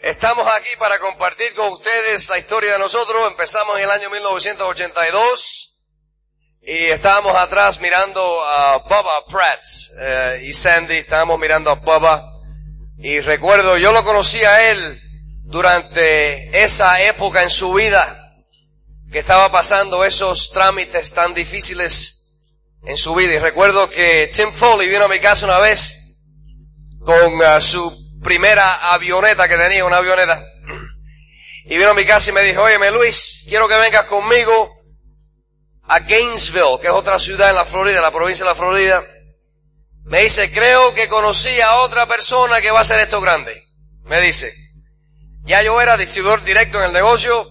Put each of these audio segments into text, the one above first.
Estamos aquí para compartir con ustedes la historia de nosotros. Empezamos en el año 1982 y estábamos atrás mirando a Bubba Pratt y Sandy. Estábamos mirando a Bubba y recuerdo, yo lo conocí a él durante esa época en su vida que estaba pasando esos trámites tan difíciles en su vida. Y recuerdo que Tim Foley vino a mi casa una vez con su primera avioneta que tenía, una avioneta, y vino a mi casa y me dijo: óyeme Luis, quiero que vengas conmigo a Gainesville, que es otra ciudad en la Florida, la provincia de la Florida. Me dice: creo que conocí a otra persona que va a hacer esto grande. Me dice, ya yo era distribuidor directo en el negocio,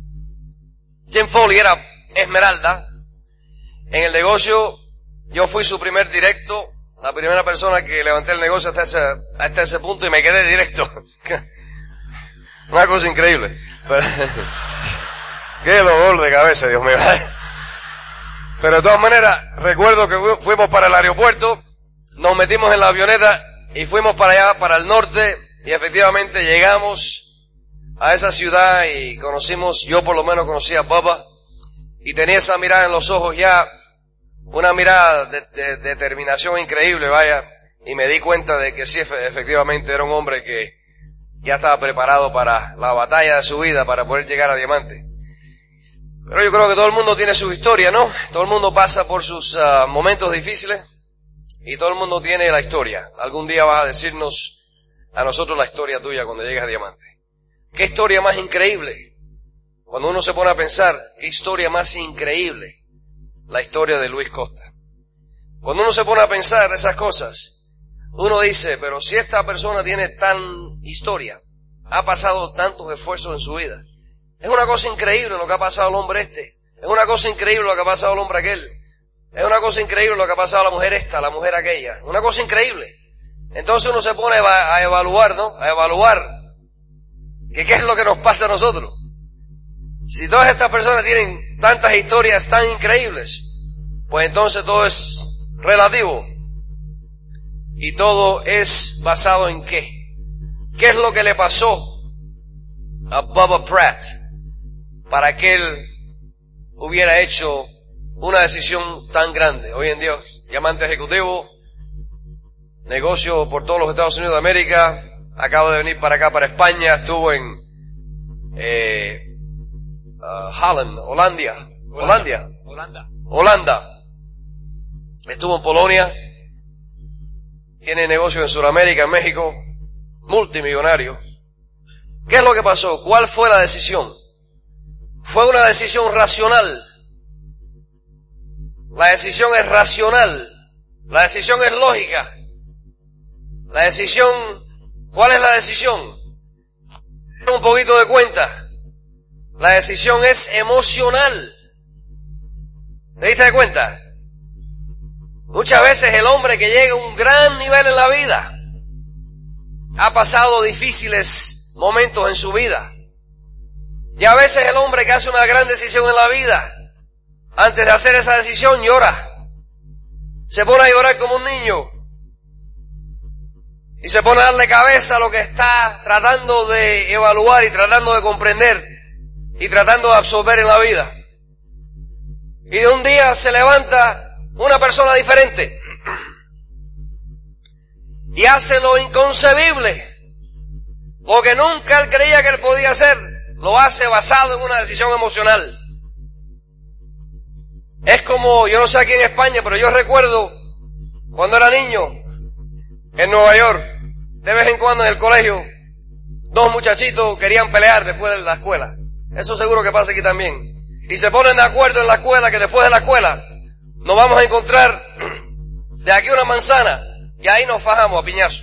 Tim Foley era Esmeralda, en el negocio yo fui su primer directo, la primera persona que levanté el negocio hasta ese punto y me quedé directo. Una cosa increíble. Pero, qué dolor de cabeza, Dios mío. Pero de todas maneras, recuerdo que fuimos para el aeropuerto, nos metimos en la avioneta y fuimos para allá, para el norte, y efectivamente llegamos a esa ciudad y yo por lo menos conocí a Bubba, y tenía esa mirada en los ojos ya, una mirada de determinación increíble, vaya, y me di cuenta de que sí, efectivamente era un hombre que ya estaba preparado para la batalla de su vida, para poder llegar a diamante. Pero yo creo que todo el mundo tiene su historia, ¿no? Todo el mundo pasa por sus momentos difíciles y todo el mundo tiene la historia. Algún día vas a decirnos a nosotros la historia tuya cuando llegues a diamante. ¿Qué historia más increíble? Cuando uno se pone a pensar, ¿qué historia más increíble? La historia de Luis Costa. Cuando uno se pone a pensar esas cosas, uno dice, pero si esta persona tiene tan historia, ha pasado tantos esfuerzos en su vida, es una cosa increíble lo que ha pasado al hombre este, es una cosa increíble lo que ha pasado al hombre aquel, es una cosa increíble lo que ha pasado a la mujer esta, a la mujer aquella, una cosa increíble. Entonces uno se pone a evaluar, ¿no? A evaluar que qué es lo que nos pasa a nosotros. Si todas estas personas tienen tantas historias tan increíbles, pues entonces todo es relativo. Y todo es basado en ¿qué? ¿Qué es lo que le pasó a Bubba Pratt para que él hubiera hecho una decisión tan grande? Hoy en día, diamante ejecutivo, negocio por todos los Estados Unidos de América, acaba de venir para acá, para España, estuvo en Holanda. Estuvo en Polonia, tiene negocio en Sudamérica, en México, multimillonario. ¿Qué es lo que pasó? ¿Cuál fue la decisión? Fue una decisión racional. La decisión es racional. La decisión es lógica. La decisión, ¿cuál es la decisión? Un poquito de cuenta. La decisión es emocional. ¿Te diste cuenta? Muchas veces el hombre que llega a un gran nivel en la vida ha pasado difíciles momentos en su vida. Y a veces el hombre que hace una gran decisión en la vida, antes de hacer esa decisión llora. Se pone a llorar como un niño. Y se pone a darle cabeza a lo que está tratando de evaluar y tratando de comprender y tratando de absorber en la vida. Y de un día se levanta una persona diferente y hace lo inconcebible, lo que nunca él creía que él podía hacer, lo hace basado en una decisión emocional. Es como, yo no sé aquí en España, pero yo recuerdo cuando era niño en Nueva York, de vez en cuando en el colegio, dos muchachitos querían pelear después de la escuela. Eso seguro que pasa aquí también. Y se ponen de acuerdo en la escuela que después de la escuela nos vamos a encontrar de aquí una manzana y ahí nos fajamos a piñazo.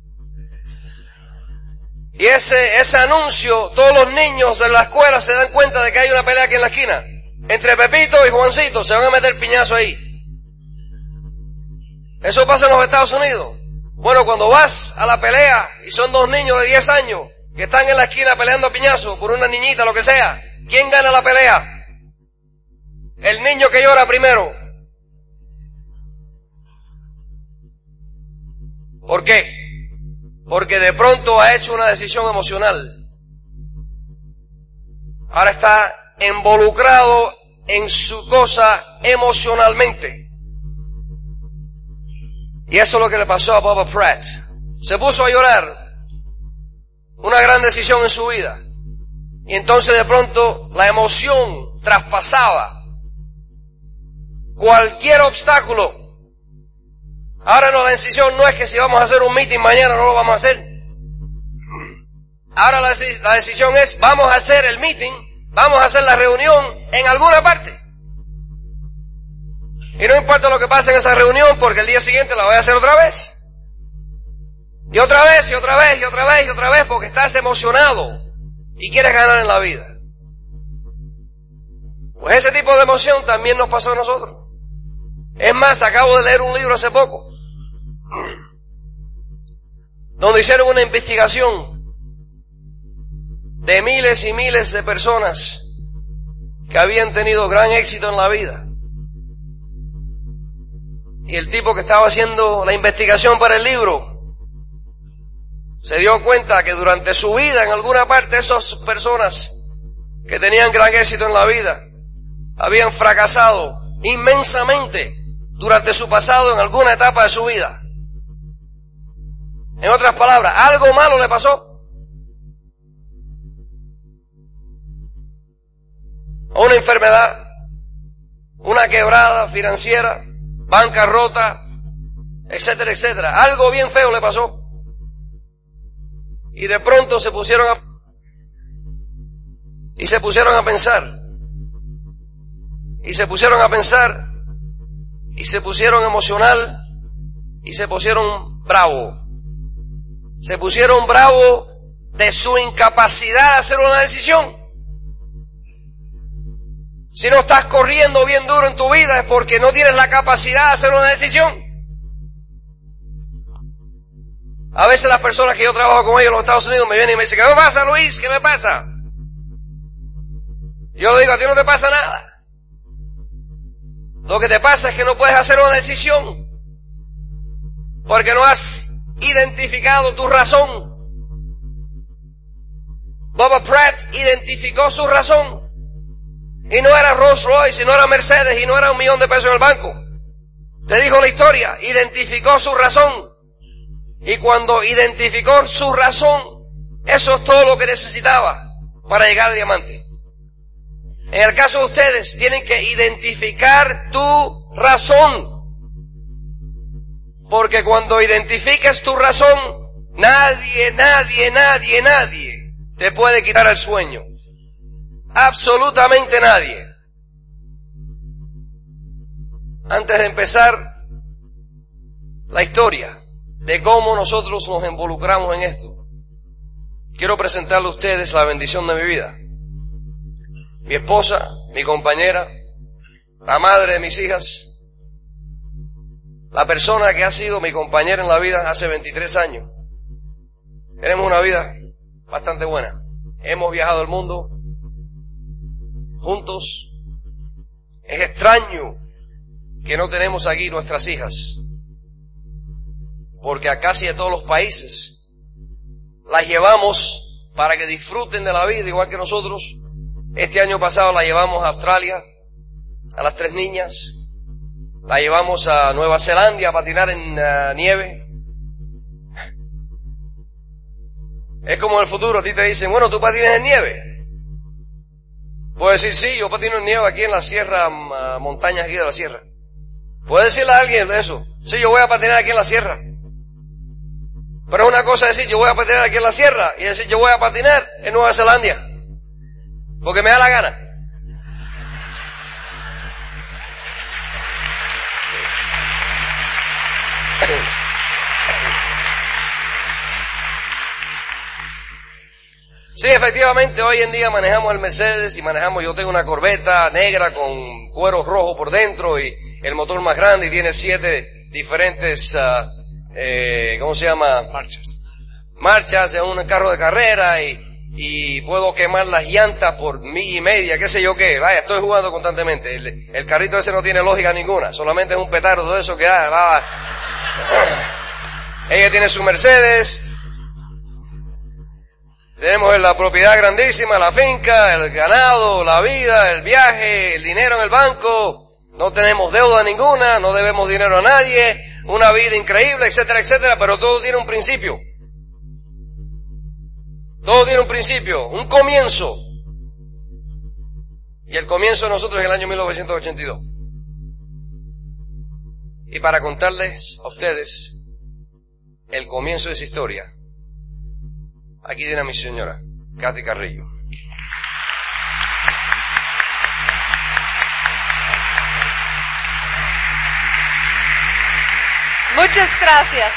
Y ese anuncio, todos los niños de la escuela se dan cuenta de que hay una pelea aquí en la esquina. Entre Pepito y Juancito se van a meter piñazo ahí. Eso pasa en los Estados Unidos. Bueno, cuando vas a la pelea y son dos niños de 10 años que están en la esquina peleando a piñazo por una niñita, lo que sea, ¿quién gana la pelea? El niño que llora primero. ¿Por qué? Porque de pronto ha hecho una decisión emocional. ahora está involucrado en su cosa emocionalmente. Y eso es lo que le pasó a Bubba Pratt. Se puso a llorar una gran decisión en su vida. Y entonces de pronto la emoción traspasaba cualquier obstáculo. Ahora no, la decisión no es que si vamos a hacer un meeting mañana no lo vamos a hacer. Ahora la decisión es, vamos a hacer el meeting, vamos a hacer la reunión en alguna parte. Y no importa lo que pase en esa reunión, porque el día siguiente la voy a hacer otra vez. Y otra vez, y otra vez, y otra vez, y otra vez, porque estás emocionado y quieres ganar en la vida. Pues ese tipo de emoción también nos pasó a nosotros. Es más, acabo de leer un libro hace poco, donde hicieron una investigación de miles y miles de personas que habían tenido gran éxito en la vida. Y el tipo que estaba haciendo la investigación para el libro se dio cuenta que durante su vida, en alguna parte, esas personas que tenían gran éxito en la vida habían fracasado inmensamente durante su pasado en alguna etapa de su vida. En otras palabras, algo malo le pasó. Una enfermedad, una quebrada financiera, bancarrota, etcétera, etcétera. Algo bien feo le pasó. Y de pronto se pusieron a pensar. Y se pusieron a pensar. Y se pusieron emocional. Y se pusieron bravo. Se pusieron bravo de su incapacidad de hacer una decisión. Si no estás corriendo bien duro en tu vida es porque no tienes la capacidad de hacer una decisión. A veces las personas que yo trabajo con ellos en los Estados Unidos me vienen y me dicen, ¿qué me pasa, Luis? ¿Qué me pasa? Yo le digo, a ti no te pasa nada. Lo que te pasa es que no puedes hacer una decisión porque no has identificado tu razón. Bubba Pratt identificó su razón. Y no era Rolls Royce, y no era Mercedes, y no era $1 millón de pesos en el banco. Te dijo la historia, identificó su razón. Y cuando identificó su razón, eso es todo lo que necesitaba para llegar al diamante. En el caso de ustedes, tienen que identificar tu razón. Porque cuando identifiques tu razón, nadie te puede quitar el sueño. Absolutamente nadie. Antes de empezar la historia de cómo nosotros nos involucramos en esto, quiero presentarle a ustedes la bendición de mi vida. Mi esposa, mi compañera, la madre de mis hijas, la persona que ha sido mi compañera en la vida hace 23 años. Tenemos una vida bastante buena. Hemos viajado el mundo juntos. Es extraño que no tenemos aquí nuestras hijas, porque a casi de todos los países las llevamos para que disfruten de la vida igual que nosotros. Este año pasado la llevamos a Australia, a las 3 niñas, la llevamos a Nueva Zelanda a patinar en nieve. Es como en el futuro, a ti te dicen, bueno, ¿tú patinas en nieve? Puedes decir, sí, yo patino en nieve aquí en la sierra, montañas aquí de la sierra. Puedes decirle a alguien eso, sí, yo voy a patinar aquí en la sierra. Pero es una cosa decir, yo voy a patinar aquí en la sierra, y decir, yo voy a patinar en Nueva Zelanda, porque me da la gana. Sí, efectivamente, hoy en día manejamos el Mercedes y yo tengo una Corvette negra con cuero rojo por dentro y el motor más grande y tiene 7 diferentes, ¿cómo se llama? Marchas en un carro de carrera y puedo quemar las llantas por 1,5 millas, qué sé yo qué. Vaya, estoy jugando constantemente. El carrito ese no tiene lógica ninguna, solamente es un petardo de eso que va. Ella tiene su Mercedes. Tenemos la propiedad grandísima, la finca, el ganado, la vida, el viaje, el dinero en el banco. No tenemos deuda ninguna, no debemos dinero a nadie, una vida increíble, etcétera, etcétera, pero todo tiene un principio. Todo tiene un principio, un comienzo. Y el comienzo de nosotros es el año 1982. Y para contarles a ustedes el comienzo de esa historia, aquí tiene a mi señora, Kathy Carrillo. Muchas gracias.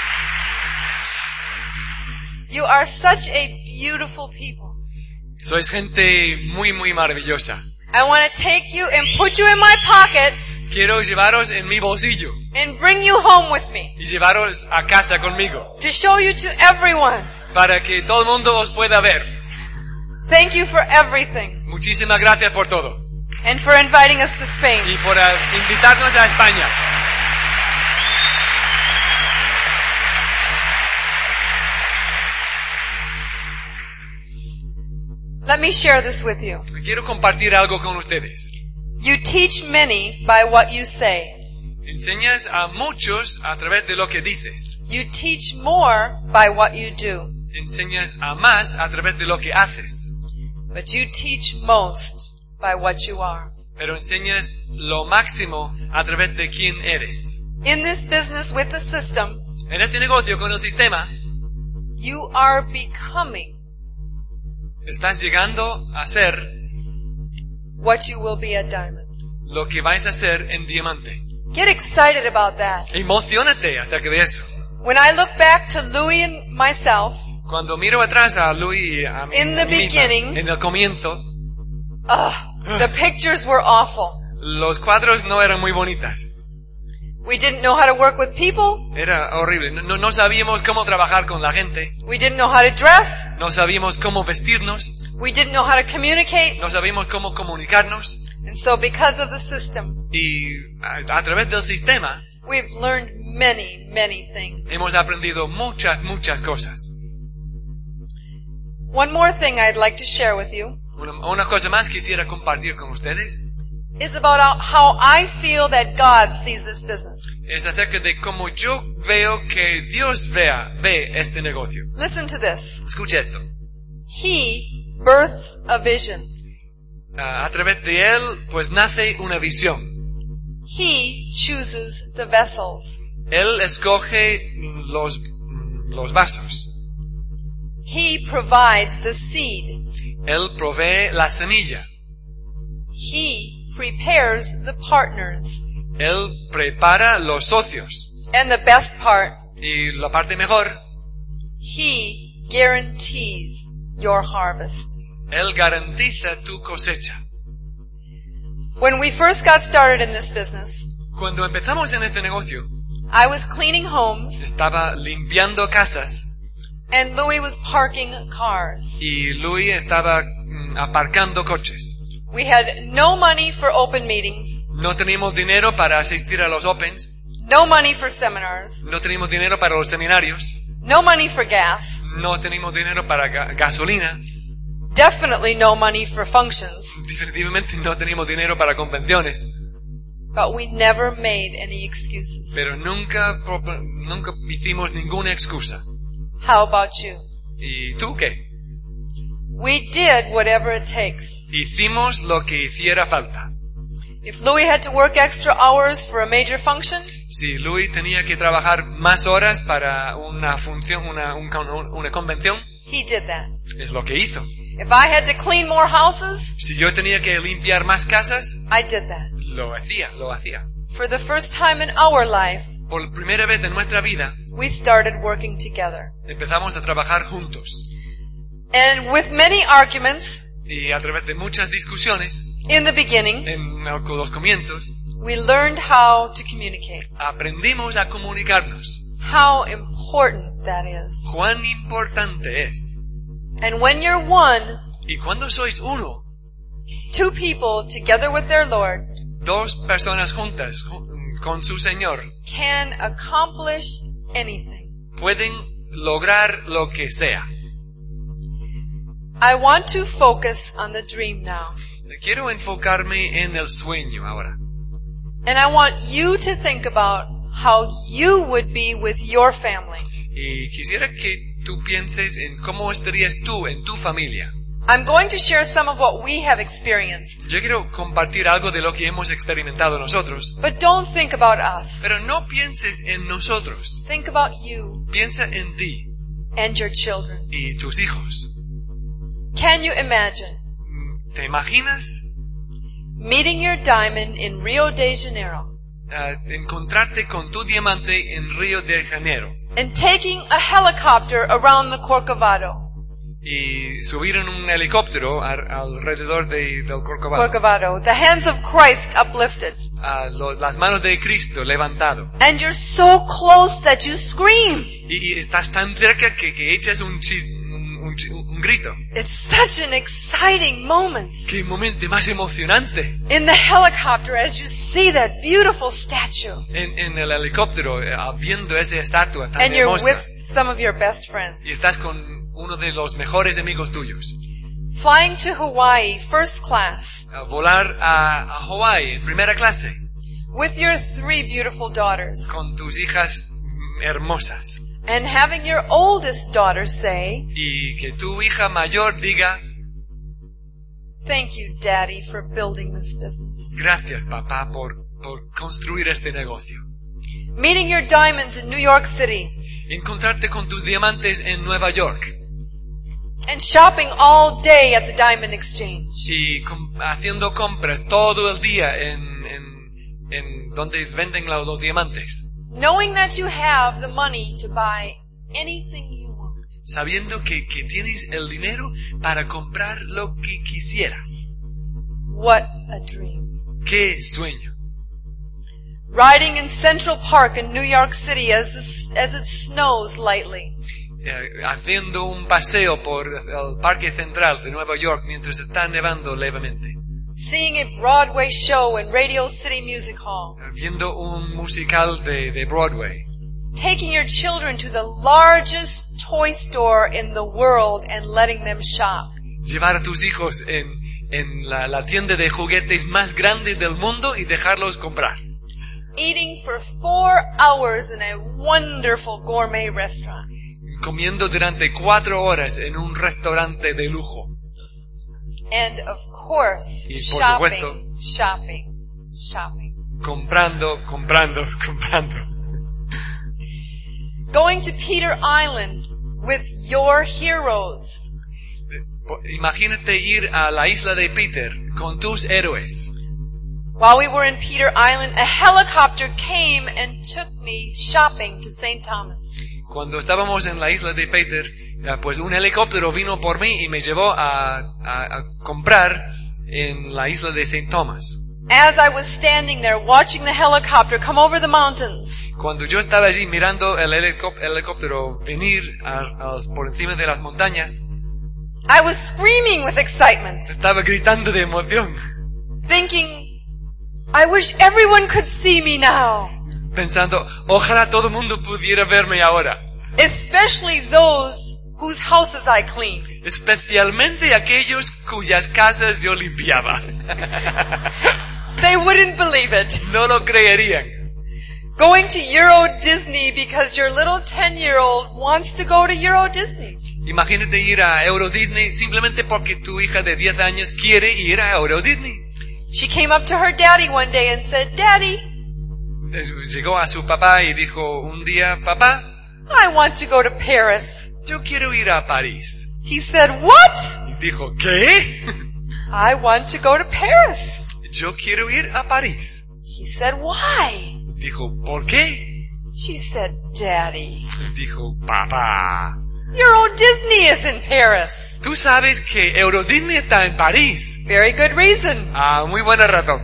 You are such a beautiful people. Sois gente muy, muy maravillosa. I want to take you and put you in my pocket Quiero llevaros en mi bolsillo and bring you home with me y llevaros a casa conmigo to show you to everyone. para que todo el mundo os pueda ver. Thank you for everything Muchísimas gracias por todo and for inviting us to Spain. y por invitarnos a España. Let me share this with you. Quiero compartir algo con ustedes. You teach many by what you say. Enseñas a muchos a través de lo que dices. You teach more by what you do. Enseñas a más a través de lo que haces. But you teach most by what you are. Pero enseñas lo máximo a través de quién eres. In this business with the system, En este negocio con el sistema, you are becoming estás llegando a ser what you will be at Diamond. lo que vais a ser en Diamante. Get excited about that. Emocionate acerca de eso. When I look back to Louis and myself, Cuando miro atrás a Luis y a mí In the misma, beginning, en el comienzo, the pictures were awful. los cuadros no eran muy bonitas. We didn't know how to work with people. Era horrible. No sabíamos cómo trabajar con la gente. We didn't know how to dress. No sabíamos cómo vestirnos. We didn't know how to communicate. No sabíamos cómo comunicarnos. And so because of the system, Y a través del sistema we've learned many, many things. hemos aprendido muchas cosas. One more thing I'd like to share with you Una cosa más quisiera compartir con ustedes is about how I feel that God sees this business. es acerca de cómo yo veo que Dios ve este negocio. Listen to this. Escucha esto. He births a vision. A través de él, pues nace una visión. He chooses the vessels. Él escoge los vasos. He provides the seed. Él provee la semilla. He prepares the partners. Él prepara los socios. And the best part, Y la parte mejor, He guarantees your harvest. Él garantiza tu cosecha. When we first got started in this business, Cuando empezamos en este negocio, I was cleaning homes estaba limpiando casas and Louis was parking cars. y Luis estaba aparcando coches. We had no money for open meetings, No teníamos dinero para asistir a los opens, no money for seminars, no teníamos dinero para los seminarios, no money for gas, no teníamos dinero para gasolina, definitely no money for functions, definitivamente no teníamos dinero para convenciones, but we never made any excuses. pero nunca hicimos ninguna excusa. How about you? ¿Y tú qué? We did whatever it takes. Hicimos lo que hiciera falta. If Louis had to work extra hours for a major function, Si Luis tenía que trabajar más horas para una función, una convención, he did that. es lo que hizo. If I had to clean more houses, Si yo tenía que limpiar más casas, I did that. lo hacía. For the first time in our life, Por primera vez en nuestra vida, we started working together. empezamos a trabajar juntos. And with many arguments Y a través de muchas discusiones, in the beginning, en los comienzos, we learned how to communicate. aprendimos a comunicarnos. How important that is. Cuán importante es. And when you're one, Y cuando sois uno, two people together with their Lord dos personas juntas con su Señor, can accomplish anything. pueden lograr lo que sea. I want to focus on the dream now. Quiero enfocarme en el sueño ahora. And I want you to think about how you would be with your family. Y quisiera que tú pienses en cómo estarías tú en tu familia. I'm going to share some of what we have experienced. Yo quiero compartir algo de lo que hemos experimentado nosotros. But don't think about us. Pero no pienses en nosotros. Think about you Piensa en ti and your children. y tus hijos. Can you imagine ¿Te imaginas meeting your diamond in Rio de Janeiro encontrarte con tu diamante en Río de Janeiro and taking a helicopter around the Corcovado? y subir en un helicóptero alrededor del Corcovado? Corcovado, the hands of Christ uplifted. Las manos de Cristo levantado. And you're so close that you scream. Y estás tan cerca que echas un grito. It's such an exciting moment. ¡Qué momento más emocionante! In the helicopter as you see that beautiful statue. En el helicóptero, viendo esa estatua tan And you're hermosa. with some of your best friends. Y estás con uno de los mejores amigos tuyos. Flying to Hawaii, first class. Volar a Hawái en primera clase. With your 3 beautiful daughters. Con tus hijas hermosas. And having your oldest daughter say, Y que tu hija mayor diga, "Thank you, Daddy, for building this business." gracias papá por construir este negocio. Meeting your diamonds in New York City. Encontrarte con tus diamantes en Nueva York. And shopping all day at the Diamond Exchange. Y haciendo compras todo el día en donde venden los diamantes. Knowing that you have the money to buy anything you want. Sabiendo que tienes el dinero para comprar lo que quisieras. What a dream. ¡Qué sueño! Riding in Central Park in New York City as it snows lightly. Haciendo un paseo por el Parque Central de Nueva York mientras está nevando levemente. Seeing a Broadway show in Radio City Music Hall. Viendo un musical de Broadway. Taking your children to the largest toy store in the world and letting them shop. Llevar a tus hijos en la tienda de juguetes más grande del mundo y dejarlos comprar. Eating for 4 hours in a wonderful gourmet restaurant. Comiendo durante 4 horas en un restaurante de lujo. And of course, Y por shopping. Comprando. Going to Peter Island with your heroes. Imagínate ir a la isla de Peter con tus héroes. While we were in Peter Island, a helicopter came and took me shopping to St. Thomas. Cuando estábamos en la isla de Peter, pues un helicóptero vino por mí y me llevó a comprar en la isla de St. Thomas. As I was standing there watching the helicopter come over the mountains, Cuando yo estaba allí mirando el helicóptero venir por encima de las montañas, I was screaming with excitement, estaba gritando de emoción, thinking, I wish everyone could see me now, pensando, ojalá todo el mundo pudiera verme ahora, especially those whose houses I cleaned. especialmente aquellos cuyas casas yo limpiaba. They wouldn't believe it. No lo creerían. Going to Euro Disney because your little 10-year-old wants to go to Euro Disney. Imagínate ir a Euro Disney simplemente porque tu hija de 10 años quiere ir a Euro Disney. She came up to her daddy one day and said, Daddy, Llegó a su papá y dijo un día, papá, I want to go to Paris. yo quiero ir a París. He said, what? Y dijo, ¿qué? I want to go to Paris. Yo quiero ir a París. He said, why? Dijo, ¿por qué? She said, Daddy, Dijo, papá, Euro Disney is in Paris. tú sabes que Euro Disney está en París. Very good reason. Ah, muy buena razón.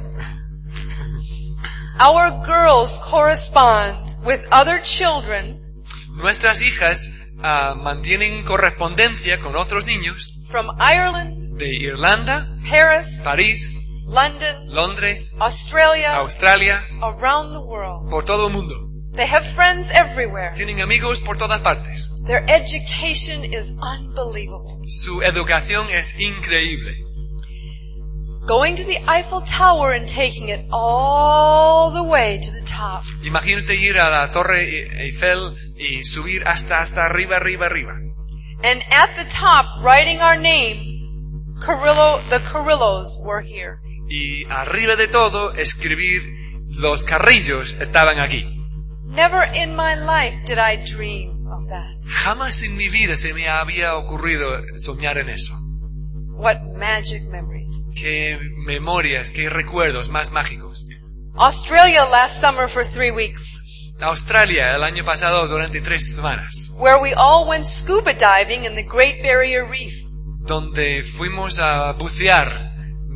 Our girls correspond with other children Nuestras hijas mantienen correspondencia con otros niños from Ireland, de Irlanda, Paris, París, London, Londres, Australia, Australia, around the world. por todo el mundo. They have friends everywhere. Tienen amigos por todas partes. Their education is unbelievable. Su educación es increíble. Going to the Eiffel Tower and taking it all the way to the top. Imagínate ir a la Torre Eiffel y subir hasta arriba. And at the top, writing our name, the Carrillos were here. Y arriba de todo, escribir los Carrillos estaban aquí. Never in my life did I dream of that. Jamás en mi vida se me había ocurrido soñar en eso. What magic memories. Qué memorias, qué recuerdos más mágicos. Australia last summer for 3 weeks, Australia el año pasado durante 3 semanas, where we all went scuba diving in the Great Barrier Reef. donde fuimos a bucear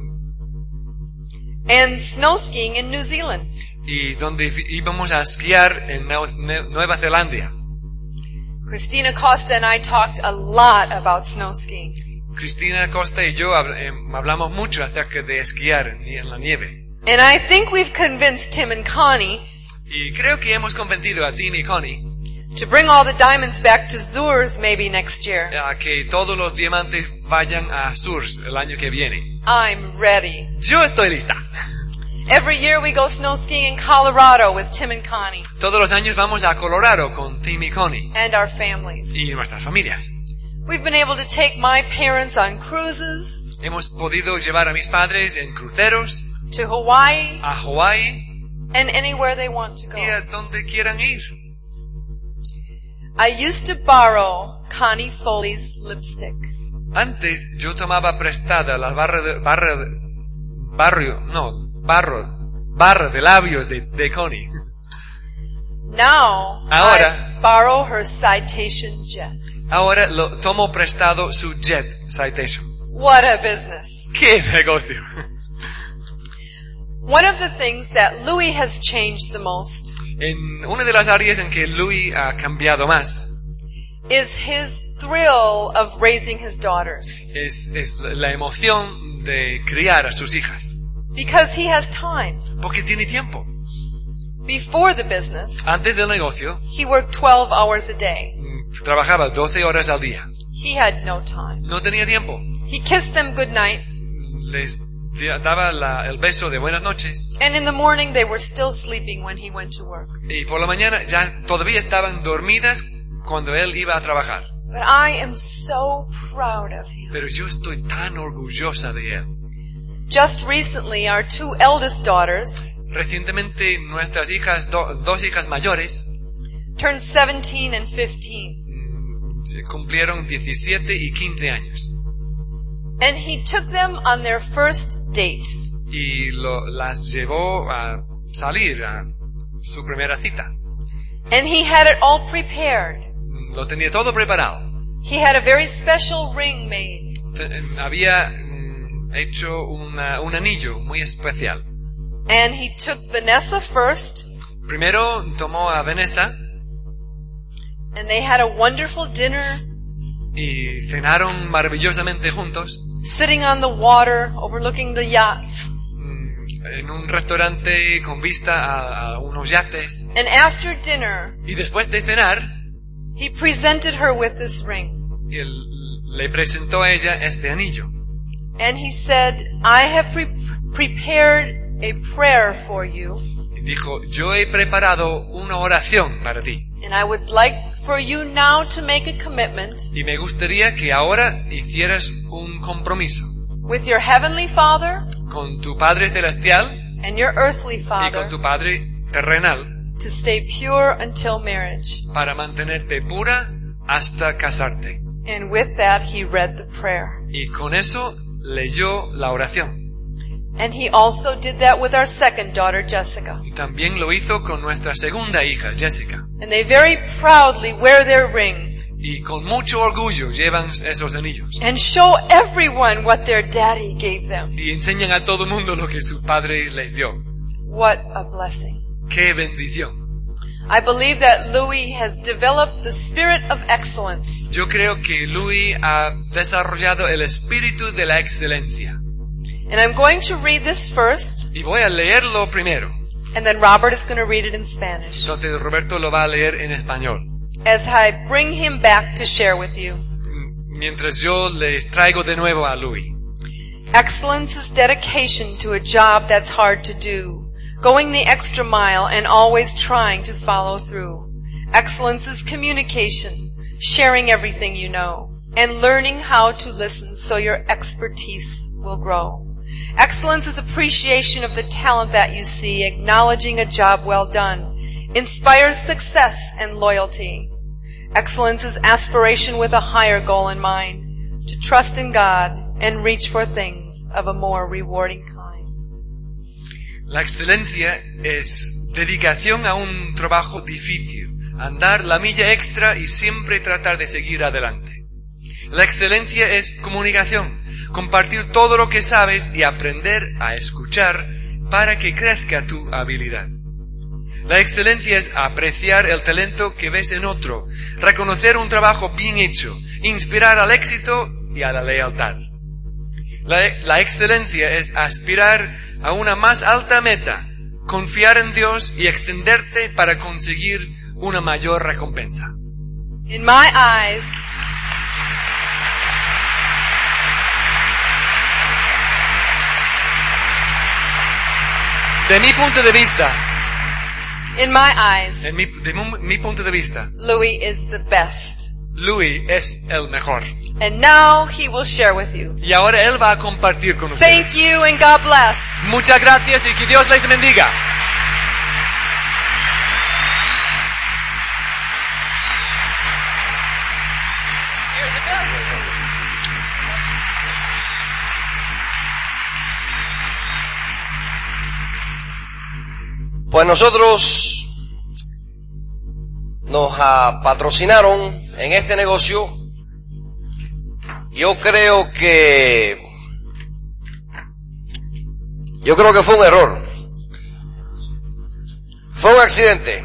And snow skiing in New Zealand. y donde íbamos a esquiar en Nueva Zelanda. Christina Costa and I talked a lot about snow skiing. Cristina Costa y yo hablamos mucho acerca de esquiar en la nieve. And I think we've convinced Tim and Connie Y creo que hemos convencido a Tim y Connie to bring all the diamonds back to Zours maybe next year. a que todos los diamantes vayan a Zours el año que viene. I'm ready. Yo estoy lista. Every year we go snow skiing in Colorado with Tim and Connie Todos los años vamos a Colorado con Tim y Connie and our families. y nuestras familias. We've been able to take my parents on cruises Hemos podido llevar a mis padres en cruceros to Hawaii a Hawái and anywhere they want to go. y a donde quieran ir. I used to borrow Connie Foley's lipstick. Antes yo tomaba prestada la barra de labios de Connie. Now Ahora. I borrow her Citation jet. Ahora tomo prestado su Jet Citation. What a business. ¡Qué negocio! One of the things that Louis has changed the most En una de las áreas en que Louis ha cambiado más is his thrill of raising his daughters. es la emoción de criar a sus hijas. Because he has time. Porque tiene tiempo. Before the business, Antes del negocio, he worked 12 hours a day. trabajaba 12 horas al día. He had no time. No tenía tiempo. He kissed them goodnight, Les daba el beso de buenas noches and in the morning they were still sleeping when he went to work. y por la mañana ya todavía estaban dormidas cuando él iba a trabajar. But I am so proud of him. Pero yo estoy tan orgullosa de él. Just recently, our 2 eldest daughters Recientemente nuestras hijas, dos hijas mayores, turned 17 and 15. cumplieron 17 y 15 años. And he took them on their first date. Y las llevó a salir a su primera cita. And he had it all prepared. Lo tenía todo preparado. He had a very special ring made. Había hecho un anillo muy especial. And he took Vanessa first, Primero tomó a Vanessa and they had a wonderful dinner, y cenaron maravillosamente juntos sitting on the water, overlooking the yachts. en un restaurante con vista a unos yates. And after dinner, Y después de cenar, he presented her with this ring. él le presentó a ella este anillo. And he said, I have prepared a prayer for you, Y dijo, yo he preparado una oración para ti. and I would like for you now to make a commitment Y me gustaría que ahora hicieras un compromiso with your heavenly Father con tu Padre Celestial and your earthly y Father con tu Padre terrenal to stay pure until marriage. para mantenerte pura hasta casarte. And with that, he read the prayer. Y con eso leyó la oración. And he also did that with our second daughter, Jessica. Y también lo hizo con nuestra segunda hija, Jessica. And they very proudly wear their ring Y con mucho orgullo llevan esos anillos. and show everyone what their daddy gave them. Y enseñan a todo el mundo lo que su padre les dio. What a blessing. ¡Qué bendición! I believe that Louis has developed the spirit of excellence. Yo creo que Louis ha desarrollado el espíritu de la excelencia. And I'm going to read this first Y voy a leerlo primero. And then Robert is going to read it in Spanish Entonces Roberto lo va a leer en español. as I bring him back to share with you. Mientras yo les traigo de nuevo a Louis. Excellence is dedication to a job that's hard to do, going the extra mile and always trying to follow through. Excellence is communication, sharing everything you know, and learning how to listen so your expertise will grow. Excellence is appreciation of the talent that you see, acknowledging a job well done, inspires success and loyalty. Excellence is aspiration with a higher goal in mind, to trust in God and reach for things of a more rewarding kind. La excelencia es dedicación a un trabajo difícil, andar la milla extra y siempre tratar de seguir adelante. La excelencia es comunicación, compartir todo lo que sabes y aprender a escuchar para que crezca tu habilidad. La excelencia es apreciar el talento que ves en otro, reconocer un trabajo bien hecho, inspirar al éxito y a la lealtad. La excelencia es aspirar a una más alta meta, confiar en Dios y extenderte para conseguir una mayor recompensa. In my eyes, De mi punto de vista, de mi punto de vista, Louis is the best. Louis es el mejor. And now he will share with you. Y ahora él va a compartir con ustedes. Thank you and God bless. Muchas gracias y que Dios les bendiga. Pues nosotros nos patrocinaron en este negocio. Yo creo que fue un error. Fue un accidente.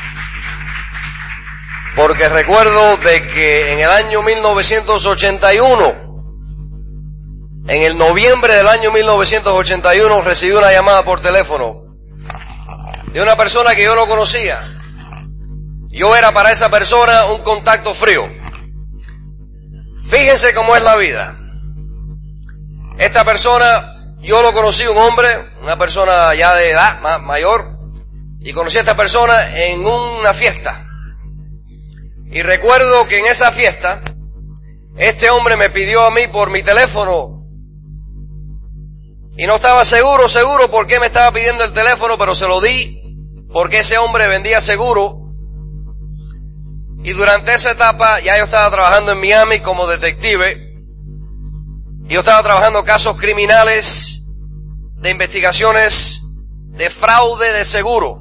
Porque recuerdo de que en el año 1981, en el noviembre del año 1981, recibí una llamada por teléfono de una persona que yo no conocía. Yo era para esa persona un contacto frío. Fíjense cómo es la vida. Esta persona, yo lo conocí, un hombre, una persona ya de edad mayor, y conocí a esta persona en una fiesta. Y recuerdo que en esa fiesta, este hombre me pidió a mí por mi teléfono, y no estaba seguro por qué me estaba pidiendo el teléfono, pero se lo di, porque ese hombre vendía seguro. Y durante esa etapa ya yo estaba trabajando en Miami como detective. Y yo estaba trabajando casos criminales, de investigaciones, de fraude de seguro.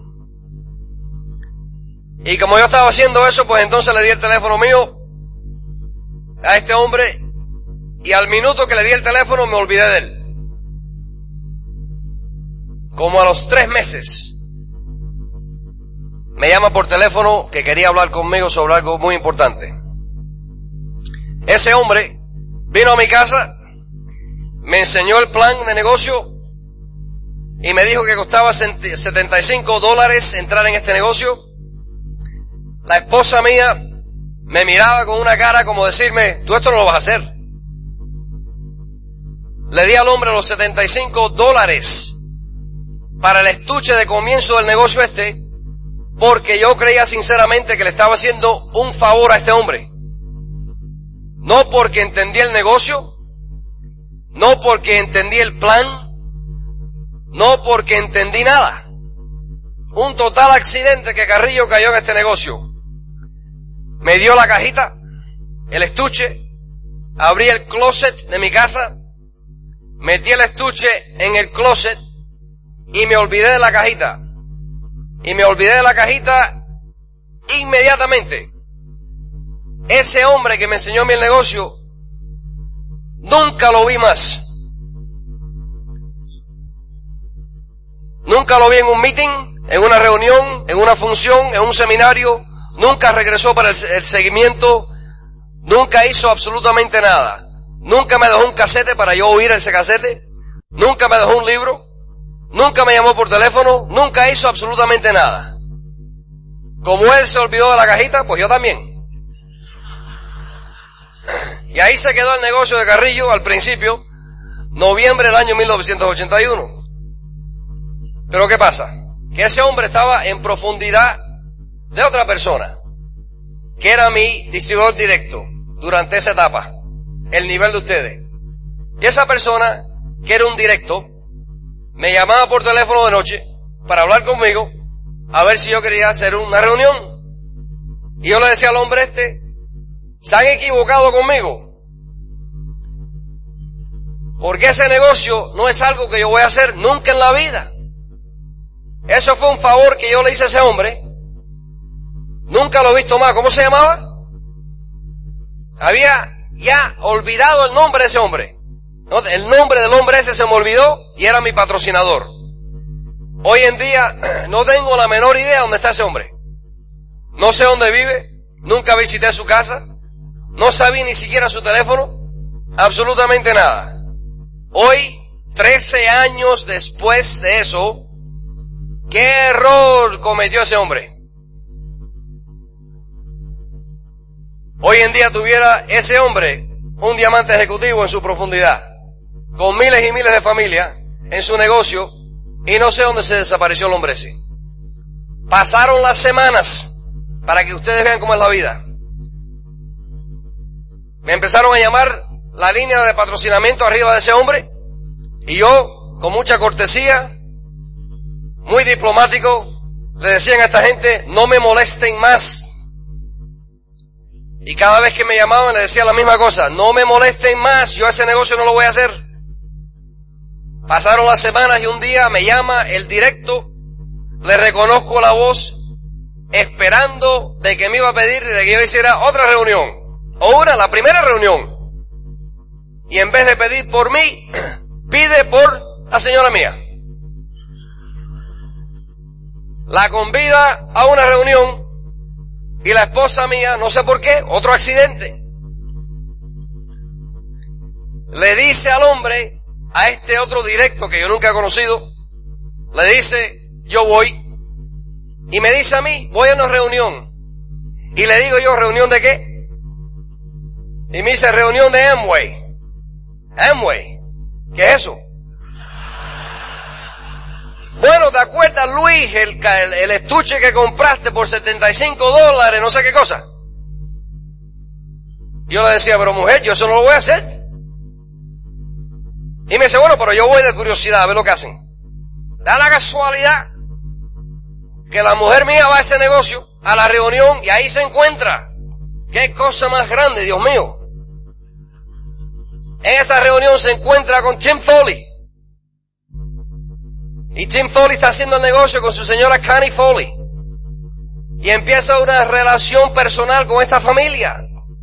Y como yo estaba haciendo eso, pues entonces le di el teléfono mío a este hombre. Y al minuto que le di el teléfono me olvidé de él. Como a los 3 meses. Me llama por teléfono que quería hablar conmigo sobre algo muy importante. Ese hombre vino a mi casa, me enseñó el plan de negocio y me dijo que costaba $75 entrar en este negocio. La esposa mía me miraba con una cara como decirme, tú esto no lo vas a hacer. Le di al hombre los $75 para el estuche de comienzo del negocio este, porque yo creía sinceramente que le estaba haciendo un favor a este hombre. No porque entendí el negocio, no porque entendí el plan, no porque entendí nada. Un total accidente que Carrillo cayó en este negocio. Me dio la cajita, el estuche, abrí el closet de mi casa, metí el estuche en el closet y me olvidé de la cajita. Y me olvidé de la cajita inmediatamente. Ese hombre que me enseñó a mí el negocio, nunca lo vi más. Nunca lo vi en un meeting, en una reunión, en una función, en un seminario. Nunca regresó para el seguimiento. Nunca hizo absolutamente nada. Nunca me dejó un casete para yo oír ese casete. Nunca me dejó un libro. nunca me llamó por teléfono, nunca hizo absolutamente nada. Como él se olvidó de la cajita, pues yo también. Y ahí se quedó el negocio de Carrillo al principio, noviembre del año 1981. Pero ¿qué pasa? Que ese hombre estaba en profundidad de otra persona, que era mi distribuidor directo durante esa etapa, el nivel de ustedes. Y esa persona, que era un directo, me llamaba por teléfono de noche para hablar conmigo, a ver si yo quería hacer una reunión. Y yo le decía al hombre se han equivocado conmigo, porque ese negocio no es algo que yo voy a hacer nunca en la vida. Eso fue un favor que yo le hice a ese hombre. Nunca lo he visto más. ¿Cómo se llamaba? Había ya olvidado el nombre de ese hombre. El nombre del hombre ese se me olvidó y era mi patrocinador. Hoy en día no tengo la menor idea dónde está ese hombre. No sé dónde vive, nunca visité su casa, no sabía ni siquiera su teléfono, absolutamente nada. Hoy, 13 años después de eso, ¿qué error cometió ese hombre? Hoy en día tuviera ese hombre un diamante ejecutivo en su profundidad, con miles y miles de familias en su negocio, y no sé dónde se desapareció el hombre ese. Pasaron las semanas para que ustedes vean cómo es la vida. Me empezaron a llamar la línea de patrocinamiento arriba de ese hombre, y yo, con mucha cortesía, muy diplomático, le decían a esta gente, no me molesten más. Y cada vez que me llamaban le decía la misma cosa, no me molesten más, yo ese negocio no lo voy a hacer. Pasaron las semanas y un día me llama el directo, le reconozco la voz, esperando de que me iba a pedir de que yo hiciera otra reunión, la primera reunión. Y en vez de pedir por mí, pide por la señora mía. La convida a una reunión y la esposa mía, no sé por qué, otro accidente, le dice al hombre, a este otro directo que yo nunca he conocido, le dice, yo voy, y me dice a mí, voy a una reunión, y le digo yo, ¿reunión de qué? Y me dice, reunión de Amway. Amway, ¿qué es eso? Bueno, ¿te acuerdas, Luis, el estuche que compraste por $75, no sé qué cosa? Yo le decía, pero mujer, yo eso no lo voy a hacer. Y me dice, bueno, pero yo voy de curiosidad a ver lo que hacen. Da la casualidad que la mujer mía va a ese negocio, a la reunión, y ahí se encuentra. ¡Qué cosa más grande, Dios mío! En esa reunión se encuentra con Tim Foley. Y Tim Foley está haciendo el negocio con su señora Connie Foley. Y empieza una relación personal con esta familia.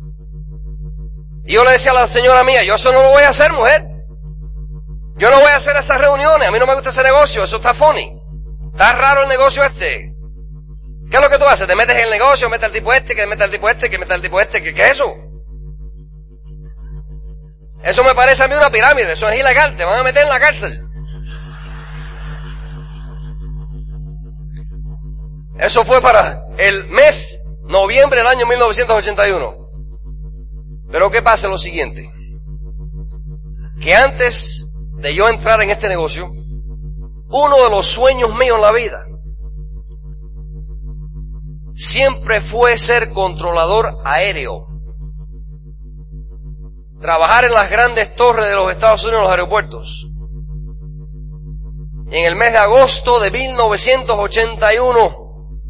Y yo le decía a la señora mía, yo eso no lo voy a hacer, mujer. Yo no voy a hacer esas reuniones, a mí no me gusta ese negocio, eso está funny. Está raro el negocio este. ¿Qué es lo que tú haces? Te metes en el negocio, metes al tipo este, que mete al tipo este, que mete al tipo este, ¿qué es eso? Eso me parece a mí una pirámide, eso es ilegal, te van a meter en la cárcel. Eso fue para el mes noviembre del año 1981. Pero ¿qué pasa? Lo siguiente, que antes de yo entrar en este negocio, uno de los sueños míos en la vida siempre fue ser controlador aéreo. Trabajar en las grandes torres de los Estados Unidos, en los aeropuertos. Y en el mes de agosto de 1981,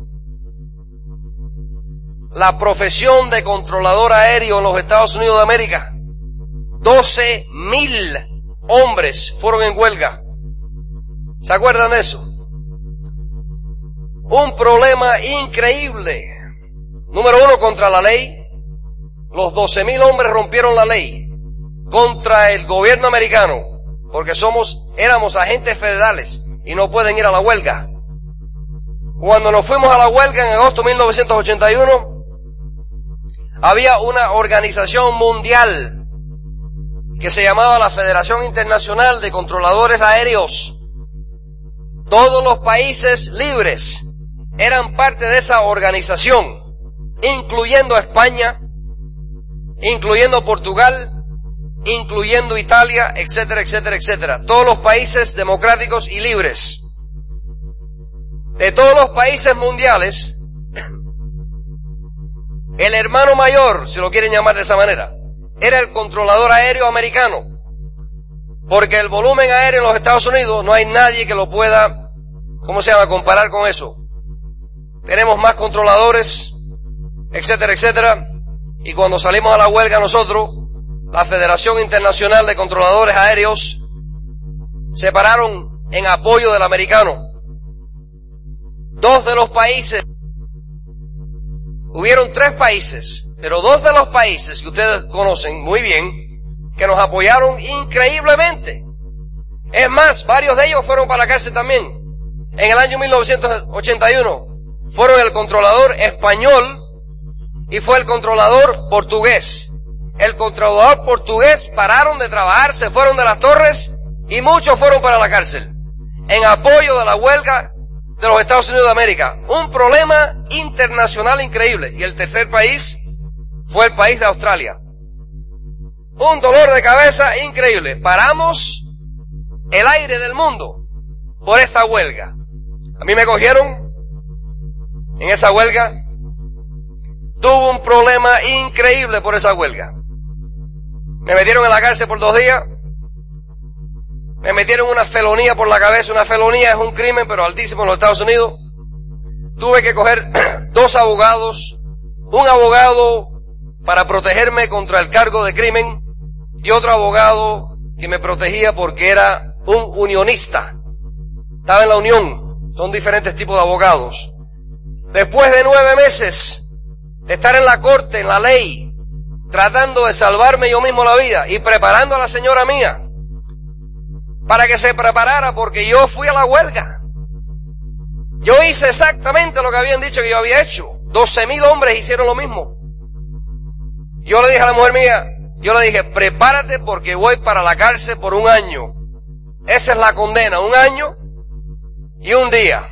la profesión de controlador aéreo en los Estados Unidos de América, 12,000 hombres fueron en huelga. ¿Se acuerdan de eso? Un problema increíble. Número uno, contra la ley. Los 12,000 hombres rompieron la ley contra el gobierno americano, porque éramos agentes federales y no pueden ir a la huelga. Cuando nos fuimos a la huelga en agosto de 1981, había una organización mundial que se llamaba la Federación Internacional de Controladores Aéreos, Todos los países libres eran parte de esa organización, incluyendo España, incluyendo Portugal, incluyendo Italia, etcétera, etcétera, etcétera. Todos los países democráticos y libres. De todos los países mundiales, el hermano mayor, si lo quieren llamar de esa manera, era el controlador aéreo americano. Porque el volumen aéreo en los Estados Unidos no hay nadie que lo pueda, comparar con eso. Tenemos más controladores, etcétera, etcétera. Y cuando salimos a la huelga nosotros, la Federación Internacional de Controladores Aéreos se pararon en apoyo del americano. Dos de los países, hubieron 3 países, pero 2 de los países que ustedes conocen muy bien, que nos apoyaron increíblemente. Es más, varios de ellos fueron para la cárcel también. En el año 1981 fueron el controlador español y fue el controlador portugués. El controlador portugués pararon de trabajar, se fueron de las torres y muchos fueron para la cárcel en apoyo de la huelga de los Estados Unidos de América. Un problema internacional increíble. Y el tercer país fue el país de Australia. Un dolor de cabeza increíble. Paramos el aire del mundo por esta huelga. A mí me cogieron en esa huelga. Tuve un problema increíble por esa huelga. Me metieron en la cárcel por 2 días. Me metieron una felonía por la cabeza. Una felonía es un crimen, pero altísimo en los Estados Unidos. Tuve que coger 2 abogados. Un abogado para protegerme contra el cargo de crimen y otro abogado que me protegía porque era un unionista. Estaba en la unión. Son diferentes tipos de abogados. Después de 9 meses de estar en la corte, en la ley, tratando de salvarme yo mismo la vida y preparando a la señora mía para que se preparara porque yo fui a la huelga. Yo hice exactamente lo que habían dicho que yo había hecho. 12,000 hombres hicieron lo mismo. Yo le dije a la mujer mía, prepárate porque voy para la cárcel por 1 año. Esa es la condena, 1 año y 1 día.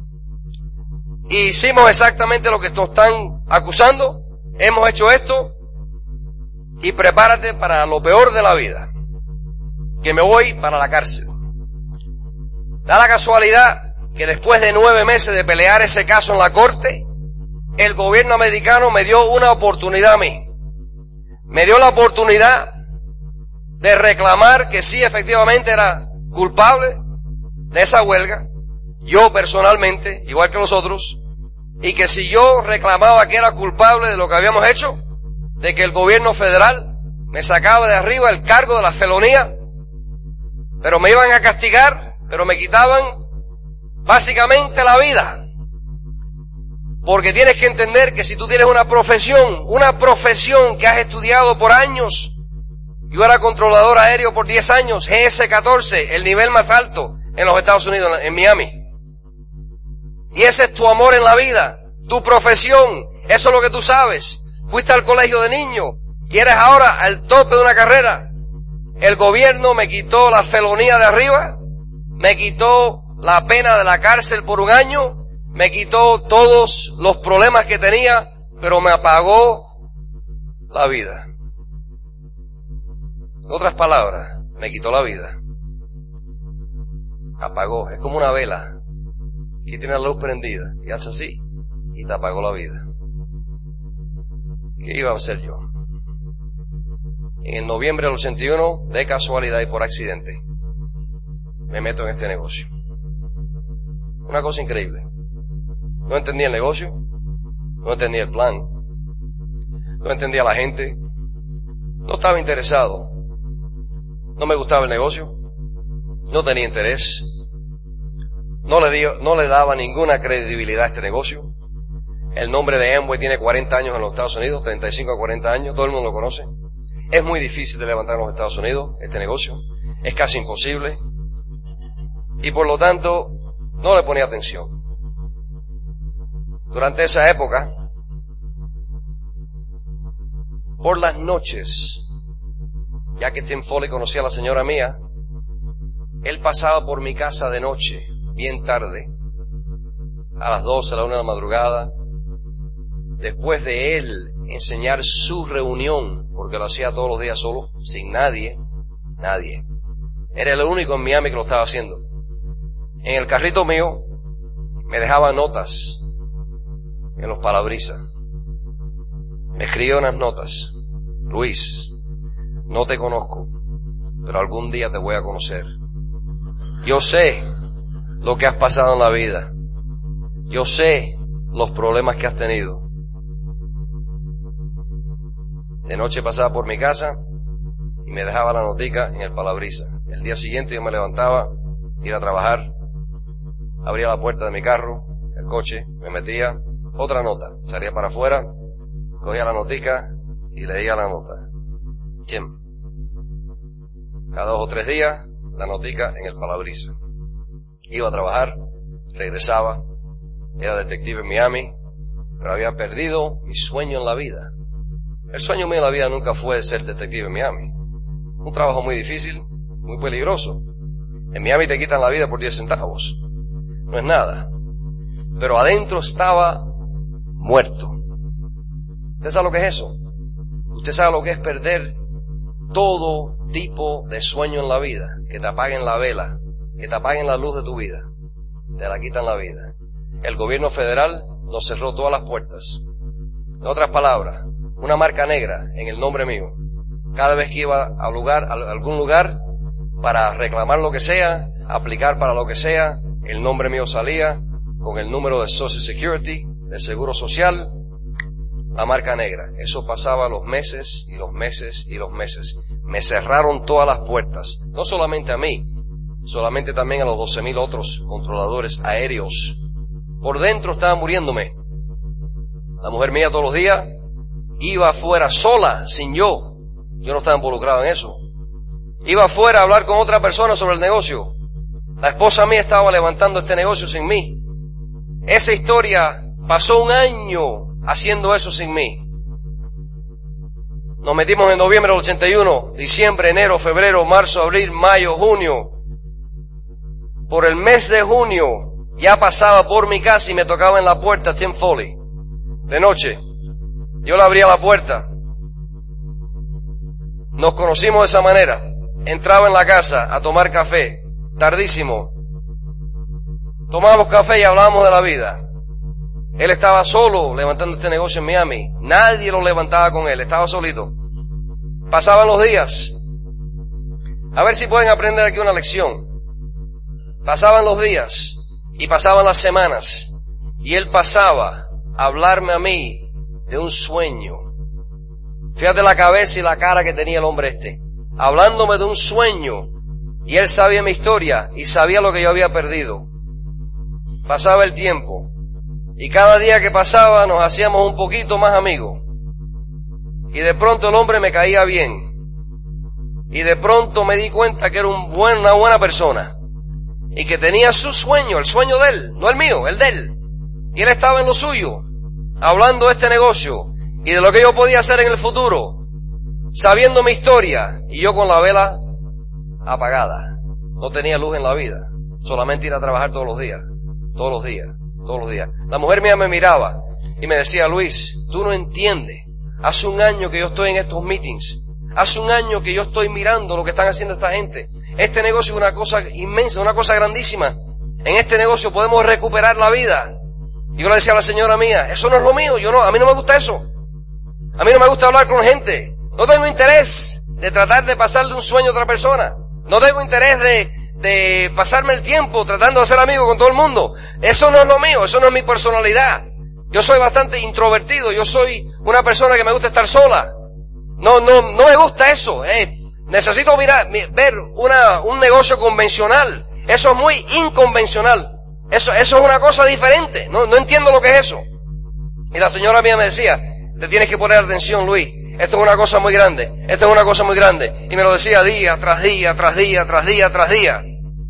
Y hicimos exactamente lo que nos están acusando. Hemos hecho esto y prepárate para lo peor de la vida, que me voy para la cárcel. Da la casualidad que después de 9 meses de pelear ese caso en la corte, el gobierno americano me dio una oportunidad a mí. Me dio la oportunidad de reclamar que sí, efectivamente era culpable de esa huelga, yo personalmente, igual que los otros, y que si yo reclamaba que era culpable de lo que habíamos hecho, de que el gobierno federal me sacaba de arriba el cargo de la felonía, pero me iban a castigar, pero me quitaban básicamente la vida. Porque tienes que entender que si tú tienes una profesión que has estudiado por años, yo era controlador aéreo por 10 años, GS-14, el nivel más alto en los Estados Unidos, en Miami. Y ese es tu amor en la vida, tu profesión, eso es lo que tú sabes. Fuiste al colegio de niño y eres ahora al tope de una carrera. El gobierno me quitó la felonía de arriba, me quitó la pena de la cárcel por 1 año, me quitó todos los problemas que tenía, pero me apagó la vida. En otras palabras, me quitó la vida. Apagó, es como una vela que tiene la luz prendida y hace así y te apagó la vida. ¿Qué iba a hacer yo? En el noviembre del 81, de casualidad y por accidente, me meto en este negocio. Una cosa increíble. No entendía el negocio, no entendía el plan, no entendía a la gente, no estaba interesado, no me gustaba el negocio, no tenía interés, no le daba ninguna credibilidad a este negocio. El nombre de Amway tiene 40 años en los Estados Unidos, 35 a 40 años, todo el mundo lo conoce. Es muy difícil de levantar en los Estados Unidos este negocio, es casi imposible, y por lo tanto no le ponía atención. Durante esa época, por las noches, ya que Tim Foley conocía a la señora mía, él pasaba por mi casa de noche bien tarde, a las 12, a la 1 de la madrugada, después de él enseñar su reunión, porque lo hacía todos los días solo, sin nadie. Era el único en Miami que lo estaba haciendo. En el carrito mío me dejaba notas en los parabrisas. Me escribía unas notas. Luis, no te conozco, pero algún día te voy a conocer. Yo sé lo que has pasado en la vida. Yo sé los problemas que has tenido. De noche pasaba por mi casa y me dejaba la notica en el palabrisa. El día siguiente yo me levantaba, ir a trabajar, abría la puerta de mi carro, el coche, me metía, otra nota, salía para afuera, cogía la notica y leía la nota. Chim. Cada 2 o 3 días, la notica en el palabrisa. Iba a trabajar, regresaba, era detective en Miami, pero había perdido mi sueño en la vida. El sueño mío en la vida nunca fue ser detective en Miami. Un trabajo muy difícil, muy peligroso. En Miami te quitan la vida por 10 centavos. No es nada. Pero adentro estaba muerto. ¿Usted sabe lo que es eso? Usted sabe lo que es perder todo tipo de sueño en la vida. Que te apaguen la vela, que te apaguen la luz de tu vida. Te la quitan la vida. El gobierno federal nos cerró todas las puertas. En otras palabras, una marca negra en el nombre mío. Cada vez que iba a algún lugar para reclamar lo que sea, aplicar para lo que sea, el nombre mío salía con el número de Social Security, del Seguro Social, la marca negra. Eso pasaba los meses y los meses y los meses. Me cerraron todas las puertas, no solamente a mí, solamente también a los 12,000 otros controladores aéreos. Por dentro estaba muriéndome. La mujer mía todos los días iba afuera sola, sin yo. Yo no estaba involucrado en eso. Iba afuera a hablar con otra persona sobre el negocio. La esposa mía estaba levantando este negocio sin mí. Esa historia pasó 1 año haciendo eso sin mí. Nos metimos en noviembre del 81, diciembre, enero, febrero, marzo, abril, mayo, junio. Por el mes de junio ya pasaba por mi casa y me tocaba en la puerta Tim Foley. De noche. Yo le abría la puerta. Nos conocimos de esa manera. Entraba en la casa a tomar café. Tardísimo. Tomábamos café y hablábamos de la vida. Él estaba solo levantando este negocio en Miami. Nadie lo levantaba con él. Estaba solito. Pasaban los días. A ver si pueden aprender aquí una lección. Pasaban los días y pasaban las semanas. Y él pasaba a hablarme a mí de un sueño. Fíjate la cabeza y la cara que tenía el hombre este. Hablándome de un sueño. Y él sabía mi historia y sabía lo que yo había perdido. Pasaba el tiempo. Y cada día que pasaba nos hacíamos un poquito más amigos. Y de pronto el hombre me caía bien. Y de pronto me di cuenta que era una buena persona. Y que tenía su sueño, el sueño de él, no el mío, el de él. Y él estaba en lo suyo, hablando de este negocio y de lo que yo podía hacer en el futuro, sabiendo mi historia, y yo con la vela apagada. No tenía luz en la vida, solamente ir a trabajar todos los días. La mujer mía me miraba y me decía, Luis, tú no entiendes. Hace 1 año que yo estoy en estos meetings. Hace 1 año que yo estoy mirando lo que están haciendo esta gente. Este negocio es una cosa inmensa, una cosa grandísima. En este negocio podemos recuperar la vida. Y yo le decía a la señora mía, eso no es lo mío, a mí no me gusta eso. A mí no me gusta hablar con gente. No tengo interés de tratar de pasarle un sueño a otra persona. No tengo interés de pasarme el tiempo tratando de ser amigo con todo el mundo. Eso no es lo mío, eso no es mi personalidad. Yo soy bastante introvertido, yo soy una persona que me gusta estar sola. No me gusta eso. Necesito ver un negocio convencional. Eso es muy inconvencional. Eso es una cosa diferente. No entiendo lo que es eso. Y la señora mía me decía, te tienes que poner atención, Luis. Esto es una cosa muy grande. Esto es una cosa muy grande. Y me lo decía día tras día, tras día, tras día, tras día.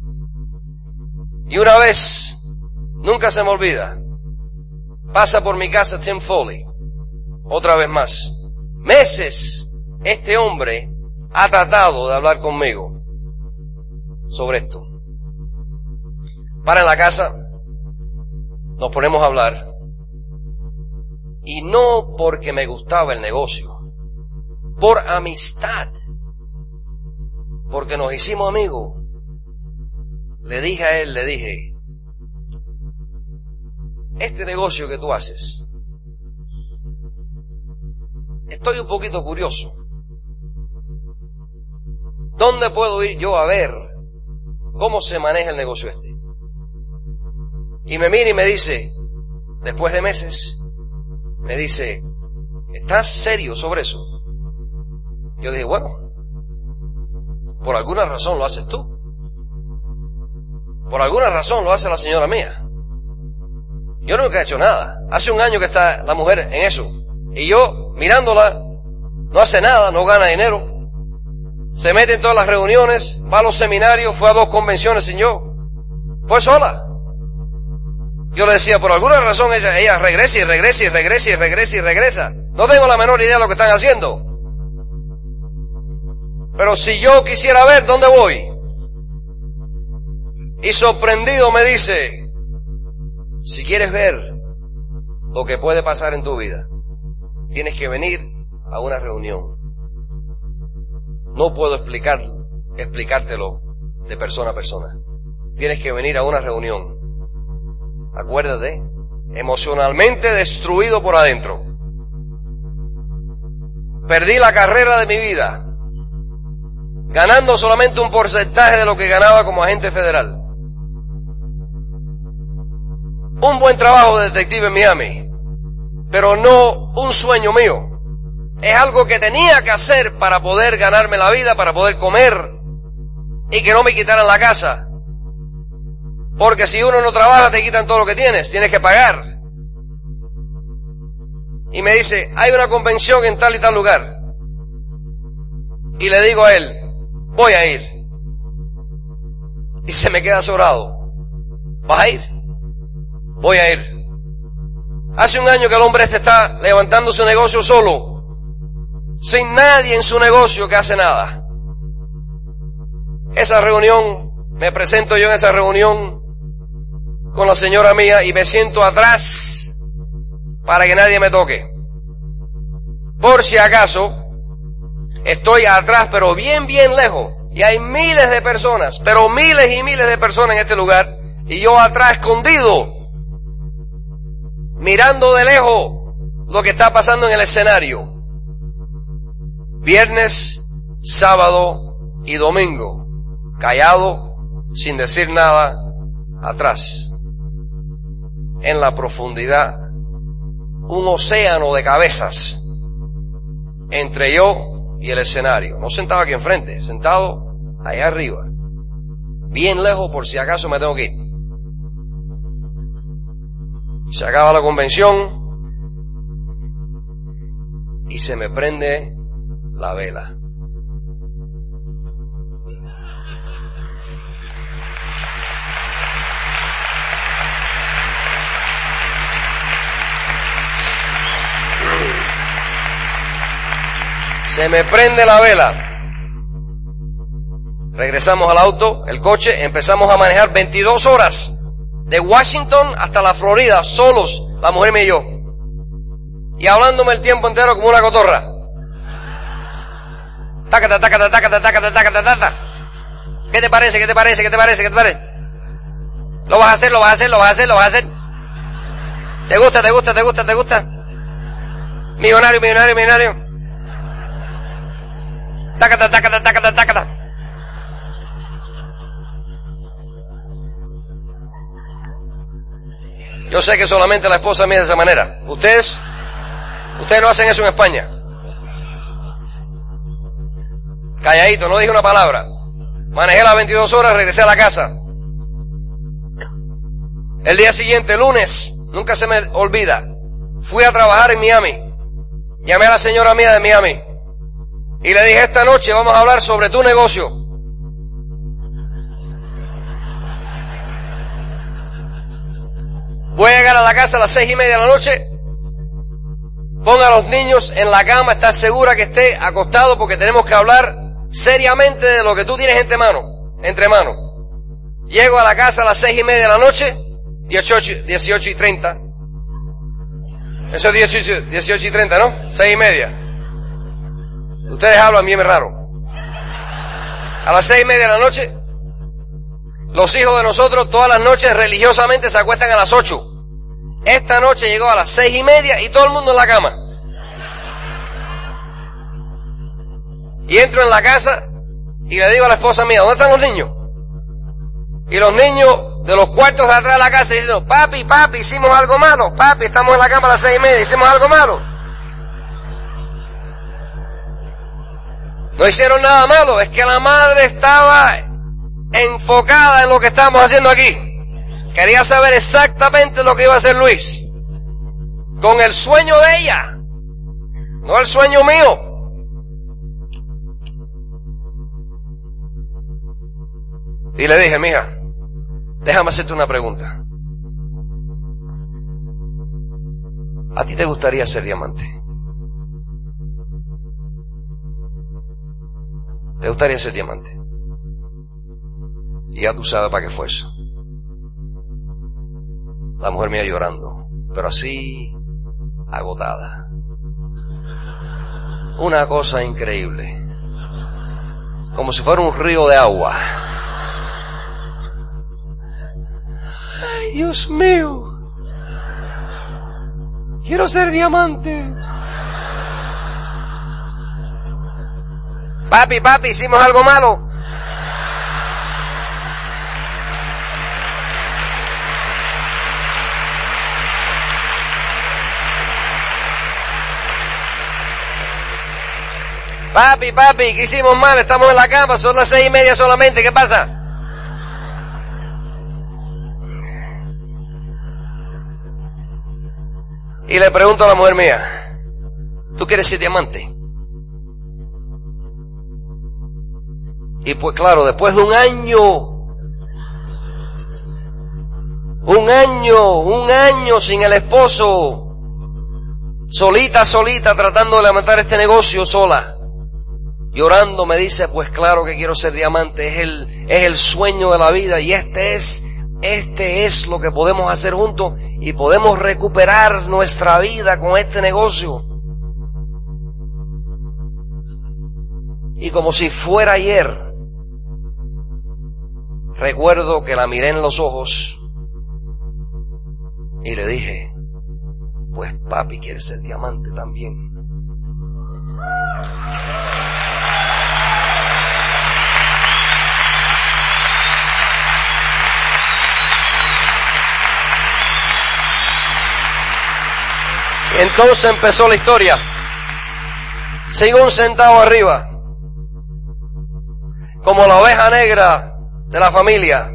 Y una vez, nunca se me olvida, pasa por mi casa Tim Foley. Otra vez más. Meses, este hombre ha tratado de hablar conmigo sobre esto. para en la casa, nos ponemos a hablar, y no porque me gustaba el negocio, por amistad, porque nos hicimos amigos. Le dije a él, este negocio que tú haces, estoy un poquito curioso. ¿Dónde puedo ir yo a ver cómo se maneja el negocio este? Y me mira y me dice, después de meses, me dice, ¿estás serio sobre eso? Yo dije, bueno, por alguna razón lo haces tú. Por alguna razón lo hace la señora mía. Yo nunca he hecho nada. Hace un año que está la mujer en eso. Y yo, mirándola, no hace nada, no gana dinero. Se mete en todas las reuniones, va a los seminarios, fue a 2 convenciones sin yo. Fue sola. Yo le decía, por alguna razón ella regresa y regresa y regresa y regresa y regresa. No tengo la menor idea de lo que están haciendo. Pero si yo quisiera ver dónde voy. Y sorprendido me dice, si quieres ver lo que puede pasar en tu vida, tienes que venir a una reunión. No puedo explicártelo de persona a persona. Tienes que venir a una reunión. Acuérdate, emocionalmente destruido por adentro. Perdí la carrera de mi vida, ganando solamente un porcentaje de lo que ganaba como agente federal. Un buen trabajo de detective en Miami, pero no un sueño mío. Es algo que tenía que hacer para poder ganarme la vida, para poder comer y que no me quitaran la casa. Porque si uno no trabaja te quitan todo lo que tienes que pagar. Y me dice, hay una convención en tal y tal lugar. Y le digo a él, voy a ir. Y se me queda asombrado. ¿Vas a ir? Voy a ir. Hace un año que el hombre este está levantando su negocio solo, sin nadie en su negocio que hace nada. Esa reunión, me presento yo en esa reunión con la señora mía y me siento atrás para que nadie me toque. Por si acaso, estoy atrás, pero bien lejos. Y hay miles de personas, pero miles y miles de personas en este lugar. Y yo atrás escondido, mirando de lejos lo que está pasando en el escenario. Viernes, sábado y domingo. Callado, sin decir nada, atrás. En la profundidad, un océano de cabezas entre yo y el escenario. No sentado aquí enfrente, sentado allá arriba, bien lejos por si acaso me tengo que ir. Se acaba la convención y se me prende la vela. Se me prende la vela. Regresamos al auto, el coche, empezamos a manejar 22 horas. De Washington hasta la Florida, solos, la mujer mía y yo. Y hablándome el tiempo entero como una cotorra. Tácata, tácata, tácata, tácata, tácata, tácata. ¿Qué te parece? ¿Qué te parece? ¿Qué te parece? ¿Qué te parece? ¿Lo vas a hacer? ¿Lo vas a hacer? ¿Lo vas a hacer? ¿Lo vas a hacer? ¿Te gusta? ¿Te gusta? ¿Te gusta? ¿Te gusta? Millonario, millonario, millonario. Tácata, tácata, tácata, tácata. Yo sé que solamente la esposa mía es de esa manera. Ustedes no hacen eso en España. Calladito, no dije una palabra. Manejé las 22 horas, regresé a la casa. El día siguiente, lunes, nunca se me olvida, fui a trabajar en Miami. Llamé a la señora mía de Miami y le dije, esta noche vamos a hablar sobre tu negocio. Voy a llegar a la casa a las 6:30 de la noche. Ponga a los niños en la cama, ¿estás segura que esté acostado? Porque tenemos que hablar seriamente de lo que tú tienes entre manos. Llego a la casa a las 6:30 de la noche, 18:30. Eso es 18:30, ¿no? 6:30. Ustedes hablan bien raro. A las 6:30 de la noche, los hijos de nosotros todas las noches religiosamente se acuestan a las 8. Esta noche llegó a las 6:30 y todo el mundo en la cama. Y entro en la casa y le digo a la esposa mía, ¿dónde están los niños? Y los niños de los cuartos de atrás de la casa dicen, papi, hicimos algo malo. Papi, estamos en la cama a las 6:30, hicimos algo malo. No hicieron nada malo, es que la madre estaba enfocada en lo que estábamos haciendo aquí. Quería saber exactamente lo que iba a hacer Luis. Con el sueño de ella, no el sueño mío. Y le dije, mija, déjame hacerte una pregunta. ¿A ti te gustaría ser diamante? ¿Te gustaría ser diamante? Y ya tú sabes para qué fue eso. La mujer mía llorando, pero así, agotada. Una cosa increíble. Como si fuera un río de agua. Ay, Dios mío. Quiero ser diamante. Papi, hicimos algo malo. Papi, ¿qué hicimos mal? Estamos en la cama, son las 6:30 solamente, ¿qué pasa? Y le pregunto a la mujer mía, ¿tú quieres ser diamante? Y pues claro, después de un año sin el esposo, solita, tratando de levantar este negocio sola, llorando, me dice, pues claro que quiero ser diamante, es el sueño de la vida y este es lo que podemos hacer juntos y podemos recuperar nuestra vida con este negocio. Y como si fuera ayer, recuerdo que la miré en los ojos y le dije, pues papi quiere ser diamante también. Y entonces empezó la historia. Sigo un centavo arriba, como la oveja negra de la familia,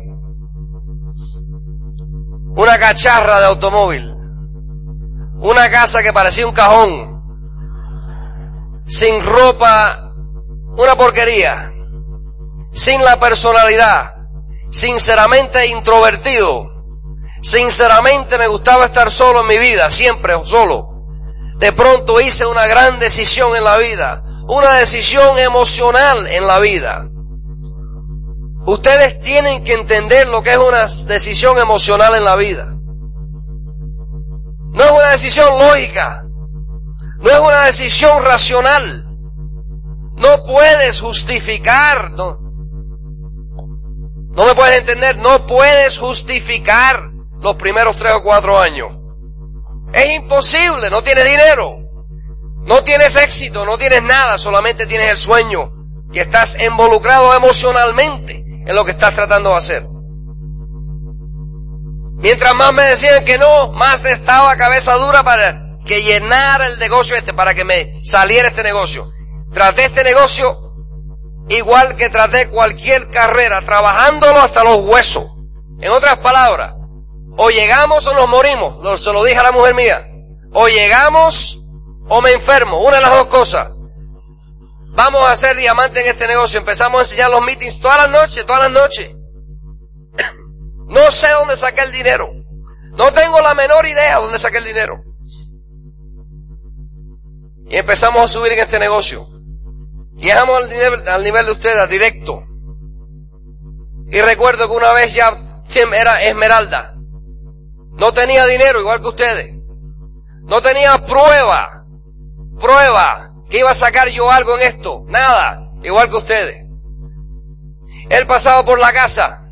una cacharra de automóvil, una casa que parecía un cajón, sin ropa, una porquería, sin la personalidad, sinceramente introvertido, sinceramente me gustaba estar solo en mi vida, siempre solo. De pronto hice una gran decisión en la vida, una decisión emocional en la vida. Ustedes tienen que entender lo que es una decisión emocional en la vida. No es una decisión lógica, no es una decisión racional. No puedes justificar, no me puedes entender, no puedes justificar los primeros 3 o 4 años. Es imposible, no tienes dinero, no tienes éxito, no tienes nada, solamente tienes el sueño y estás involucrado emocionalmente en lo que estás tratando de hacer. Mientras más me decían que no, más estaba cabeza dura para que llenara el negocio para que me saliera este negocio. Traté este negocio igual que traté cualquier carrera, trabajándolo hasta los huesos. En otras palabras, o llegamos o nos morimos, se lo dije a la mujer mía, o llegamos o me enfermo, una de las dos cosas. Vamos a ser diamante en este negocio. Empezamos a enseñar los meetings todas las noches. No sé dónde saqué el dinero. No tengo la menor idea dónde saqué el dinero. Y empezamos a subir en este negocio. Llegamos al nivel de ustedes, directo. Y recuerdo que una vez ya Tim era esmeralda. No tenía dinero igual que ustedes. No tenía prueba que iba a sacar yo algo en esto. Nada, igual que ustedes. Él pasaba por la casa.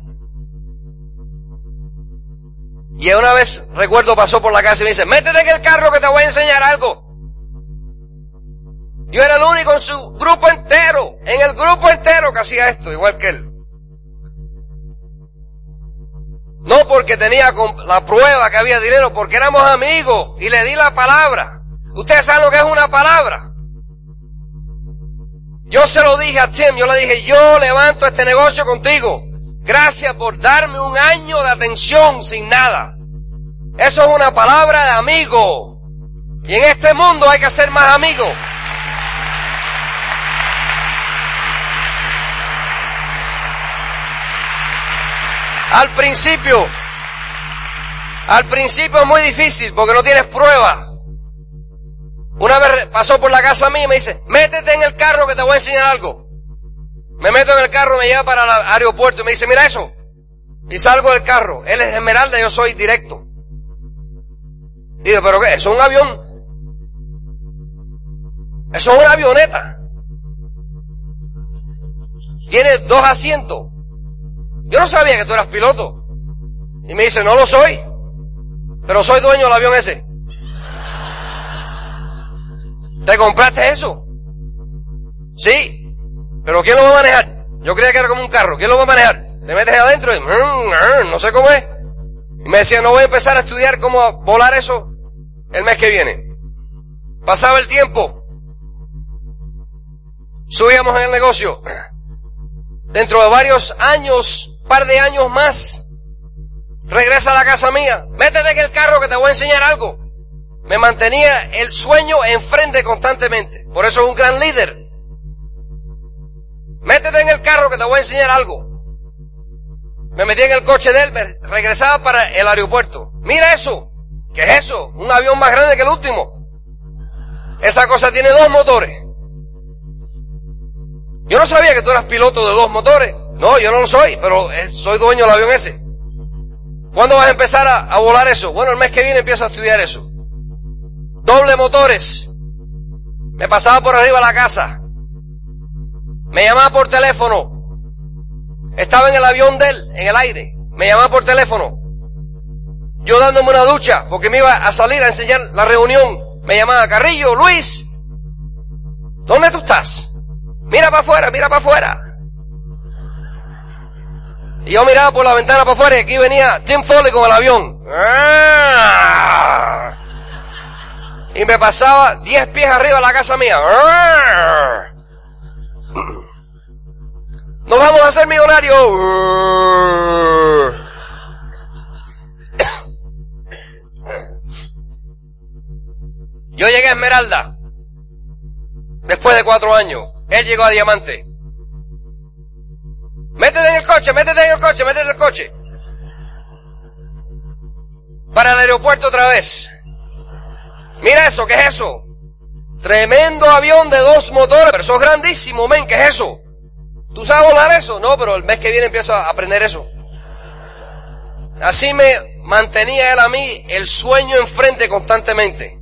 Y una vez, recuerdo, pasó por la casa y me dice, métete en el carro que te voy a enseñar algo. Yo era el único en su grupo entero, en el grupo entero que hacía esto, igual que él. No porque tenía la prueba que había dinero, porque éramos amigos y le di la palabra. Ustedes saben lo que es una palabra. Yo se lo dije a Tim, yo le dije, yo levanto este negocio contigo. Gracias por darme un año de atención sin nada. Eso es una palabra de amigo. Y en este mundo hay que ser más amigos. Al principio es muy difícil porque no tienes prueba. Una vez pasó por la casa mía y me dice, métete en el carro que te voy a enseñar algo. Me meto en el carro, me lleva para el aeropuerto y me dice, mira eso. Y salgo del carro. Él es esmeralda, yo soy directo. Y digo, ¿pero qué? ¿Eso es un avión? Eso es una avioneta. Tiene 2 asientos. Yo no sabía que tú eras piloto. Y me dice, no lo soy, pero soy dueño del avión ese. ¿Te compraste eso? Sí, pero ¿quién lo va a manejar? Yo creía que era como un carro. ¿Quién lo va a manejar? Te metes adentro y no sé cómo es. Y me decía, no voy a empezar a estudiar cómo volar eso el mes que viene. Pasaba el tiempo. Subíamos en el negocio. Dentro de varios años, par de años más, regresa a la casa mía. Métete en el carro que te voy a enseñar algo. Me mantenía el sueño enfrente constantemente. Por eso es un gran líder. Métete en el carro que te voy a enseñar algo. Me metí en el coche de él, me regresaba para el aeropuerto. Mira eso. ¿Qué es eso? Un avión más grande que el último. Esa cosa tiene 2 motores. Yo no sabía que tú eras piloto de 2 motores. No, yo no lo soy, pero soy dueño del avión ese. ¿Cuándo vas a empezar a volar eso? Bueno, el mes que viene empiezo a estudiar eso. Doble motores. Me pasaba por arriba a la casa. Me llamaba por teléfono. Estaba en el avión de él, en el aire. Me llamaba por teléfono. Yo dándome una ducha, porque me iba a salir a enseñar la reunión. Me llamaba, Carrillo, Luis, ¿dónde tú estás? Mira para afuera, mira para afuera. Y yo miraba por la ventana para afuera y aquí venía Tim Foley con el avión. Y me pasaba 10 pies arriba de la casa mía. Nos vamos a hacer millonarios. Yo llegué a Esmeralda después de 4 años. Él llegó a Diamante. Métete en el coche, métete en el coche, métete en el coche. Para el aeropuerto otra vez. Mira eso, ¿qué es eso? Tremendo avión de 2 motores, pero eso es grandísimo, men, ¿qué es eso? ¿Tú sabes volar eso? No, pero el mes que viene empiezo a aprender eso. Así me mantenía él a mí el sueño enfrente constantemente.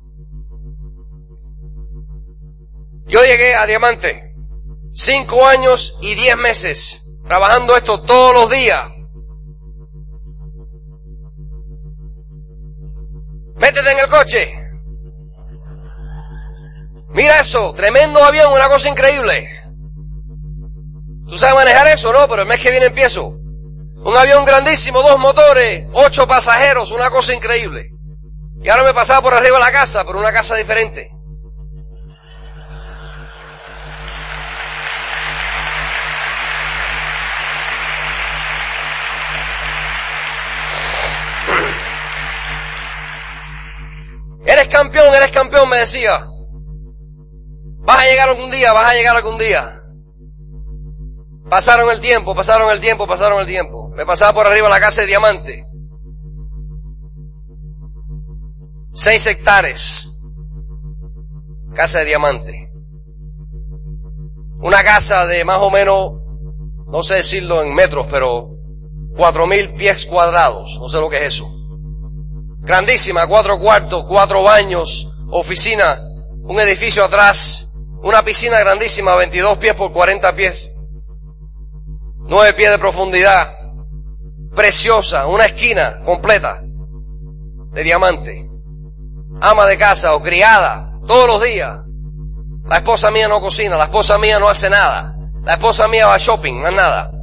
Yo llegué a Diamante, 5 años y 10 meses, trabajando esto todos los días. Métete en el coche. Mira eso, tremendo avión, una cosa increíble. ¿Tú sabes manejar eso? No, pero el mes que viene empiezo. Un avión grandísimo, 2 motores, 8 pasajeros, una cosa increíble. Y ahora me pasaba por arriba de la casa, pero una casa diferente. Eres campeón, me decía. Vas a llegar algún día, vas a llegar algún día. Pasaron el tiempo. Me pasaba por arriba la casa de Diamante. 6 hectáreas. Casa de Diamante. Una casa de más o menos no sé decirlo en metros, pero 4,000 pies cuadrados, no sé lo que es eso. Grandísima, 4 cuartos, 4 baños, oficina, un edificio atrás, una piscina grandísima, 22 pies por 40 pies, 9 pies de profundidad, preciosa, una esquina completa de diamante, ama de casa o criada, todos los días. La esposa mía no cocina, la esposa mía no hace nada, la esposa mía va shopping, no es nada.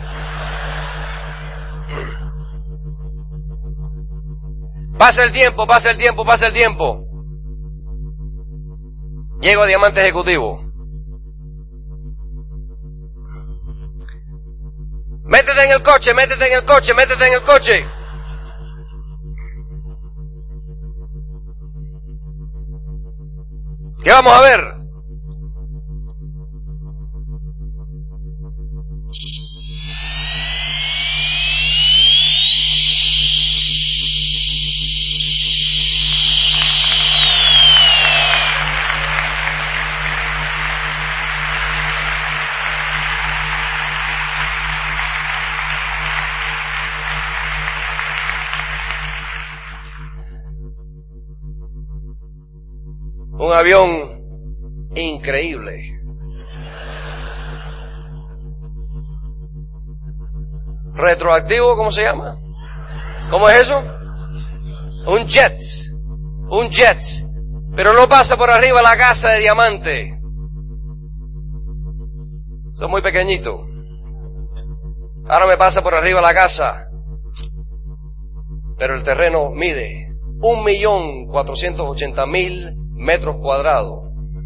Pasa el tiempo, pasa el tiempo, pasa el tiempo. Llego a diamante ejecutivo. Métete en el coche, métete en el coche, métete en el coche. ¿Qué vamos a ver? Un avión increíble. ¿Retroactivo? ¿Cómo se llama? ¿Cómo es eso? Un jet. Un jet. Pero no pasa por arriba la casa de diamante. Son muy pequeñitos. Ahora me pasa por arriba la casa. Pero el terreno mide 1.480.000 metros cuadrados.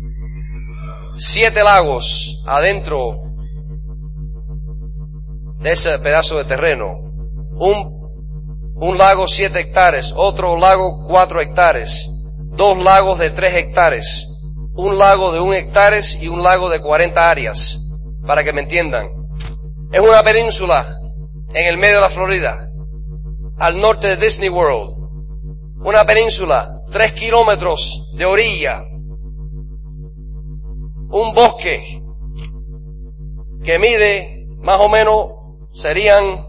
7 lagos adentro de ese pedazo de terreno. Un lago 7 hectáreas, otro lago 4 hectáreas, 2 lagos de 3 hectáreas, un lago de 1 hectárea y un lago de 40 áreas, para que me entiendan. Es una península en el medio de la Florida, al norte de Disney World. Una península, 3 kilómetros de orilla, un bosque que mide más o menos, serían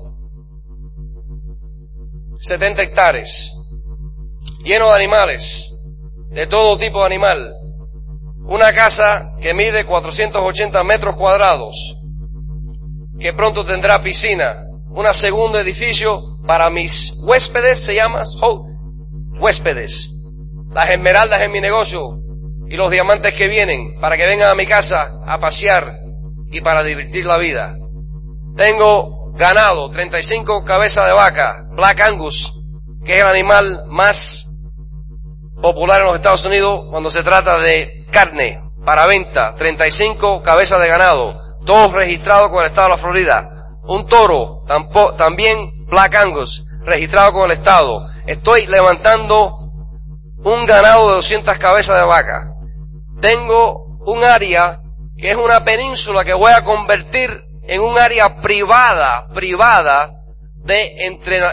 70 hectáreas, lleno de animales, de todo tipo de animal. Una casa que mide 480 metros cuadrados, que pronto tendrá piscina. Un segundo edificio para mis huéspedes, se llama huéspedes. Las esmeraldas en mi negocio y los diamantes que vienen para que vengan a mi casa a pasear y para divertir la vida. Tengo ganado, 35 cabezas de vaca, Black Angus, que es el animal más popular en los Estados Unidos cuando se trata de carne para venta. 35 cabezas de ganado, todos registrados con el estado de la Florida. Un toro, también Black Angus, registrado con el estado. Estoy levantando un ganado de 200 cabezas de vaca. Tengo un área que es una península que voy a convertir en un área privada de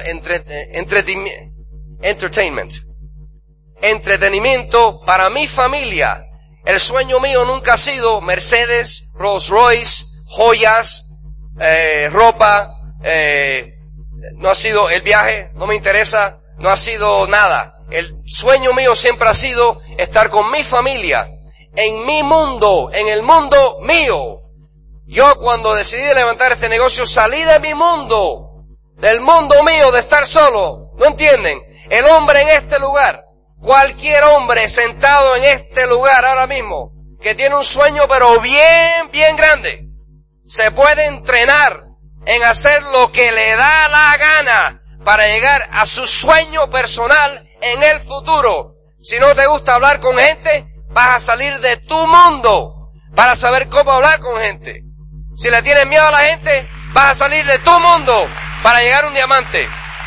entretenimiento para mi familia. El sueño mío nunca ha sido Mercedes, Rolls Royce, joyas, ropa, no ha sido el viaje, no me interesa, no ha sido nada. El sueño mío siempre ha sido estar con mi familia, en mi mundo, en el mundo mío. Yo cuando decidí levantar este negocio salí de mi mundo, del mundo mío de estar solo. ¿No entienden? El hombre en este lugar, cualquier hombre sentado en este lugar ahora mismo, que tiene un sueño pero bien grande, se puede entrenar en hacer lo que le da la gana para llegar a su sueño personal en el futuro. Si no te gusta hablar con gente, vas a salir de tu mundo para saber cómo hablar con gente. Si le tienes miedo a la gente, vas a salir de tu mundo para llegar a un diamante.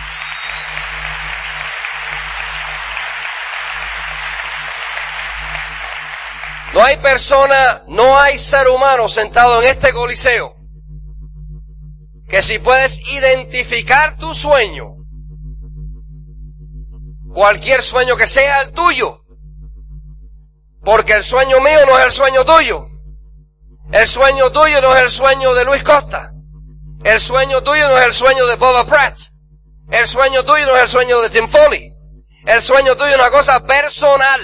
No hay persona, no hay ser humano sentado en este coliseo que si puedes identificar tu sueño, cualquier sueño que sea el tuyo, porque el sueño mío no es el sueño tuyo. El sueño tuyo no es el sueño de Luis Costa. El sueño tuyo no es el sueño de Boba Pratt. El sueño tuyo no es el sueño de Tim Foley. El sueño tuyo es una cosa personal.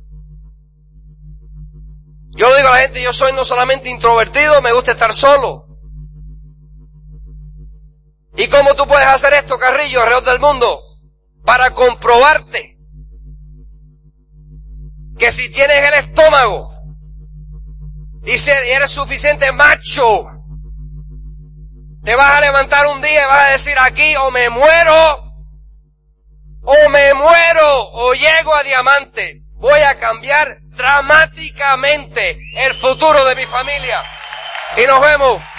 Yo digo a la gente, yo soy no solamente introvertido, me gusta estar solo. ¿Y cómo tú puedes hacer esto, Carrillo, alrededor del mundo? Para comprobarte que si tienes el estómago y si eres suficiente macho, te vas a levantar un día y vas a decir aquí o me muero o llego a diamante. Voy a cambiar dramáticamente el futuro de mi familia. Y nos vemos.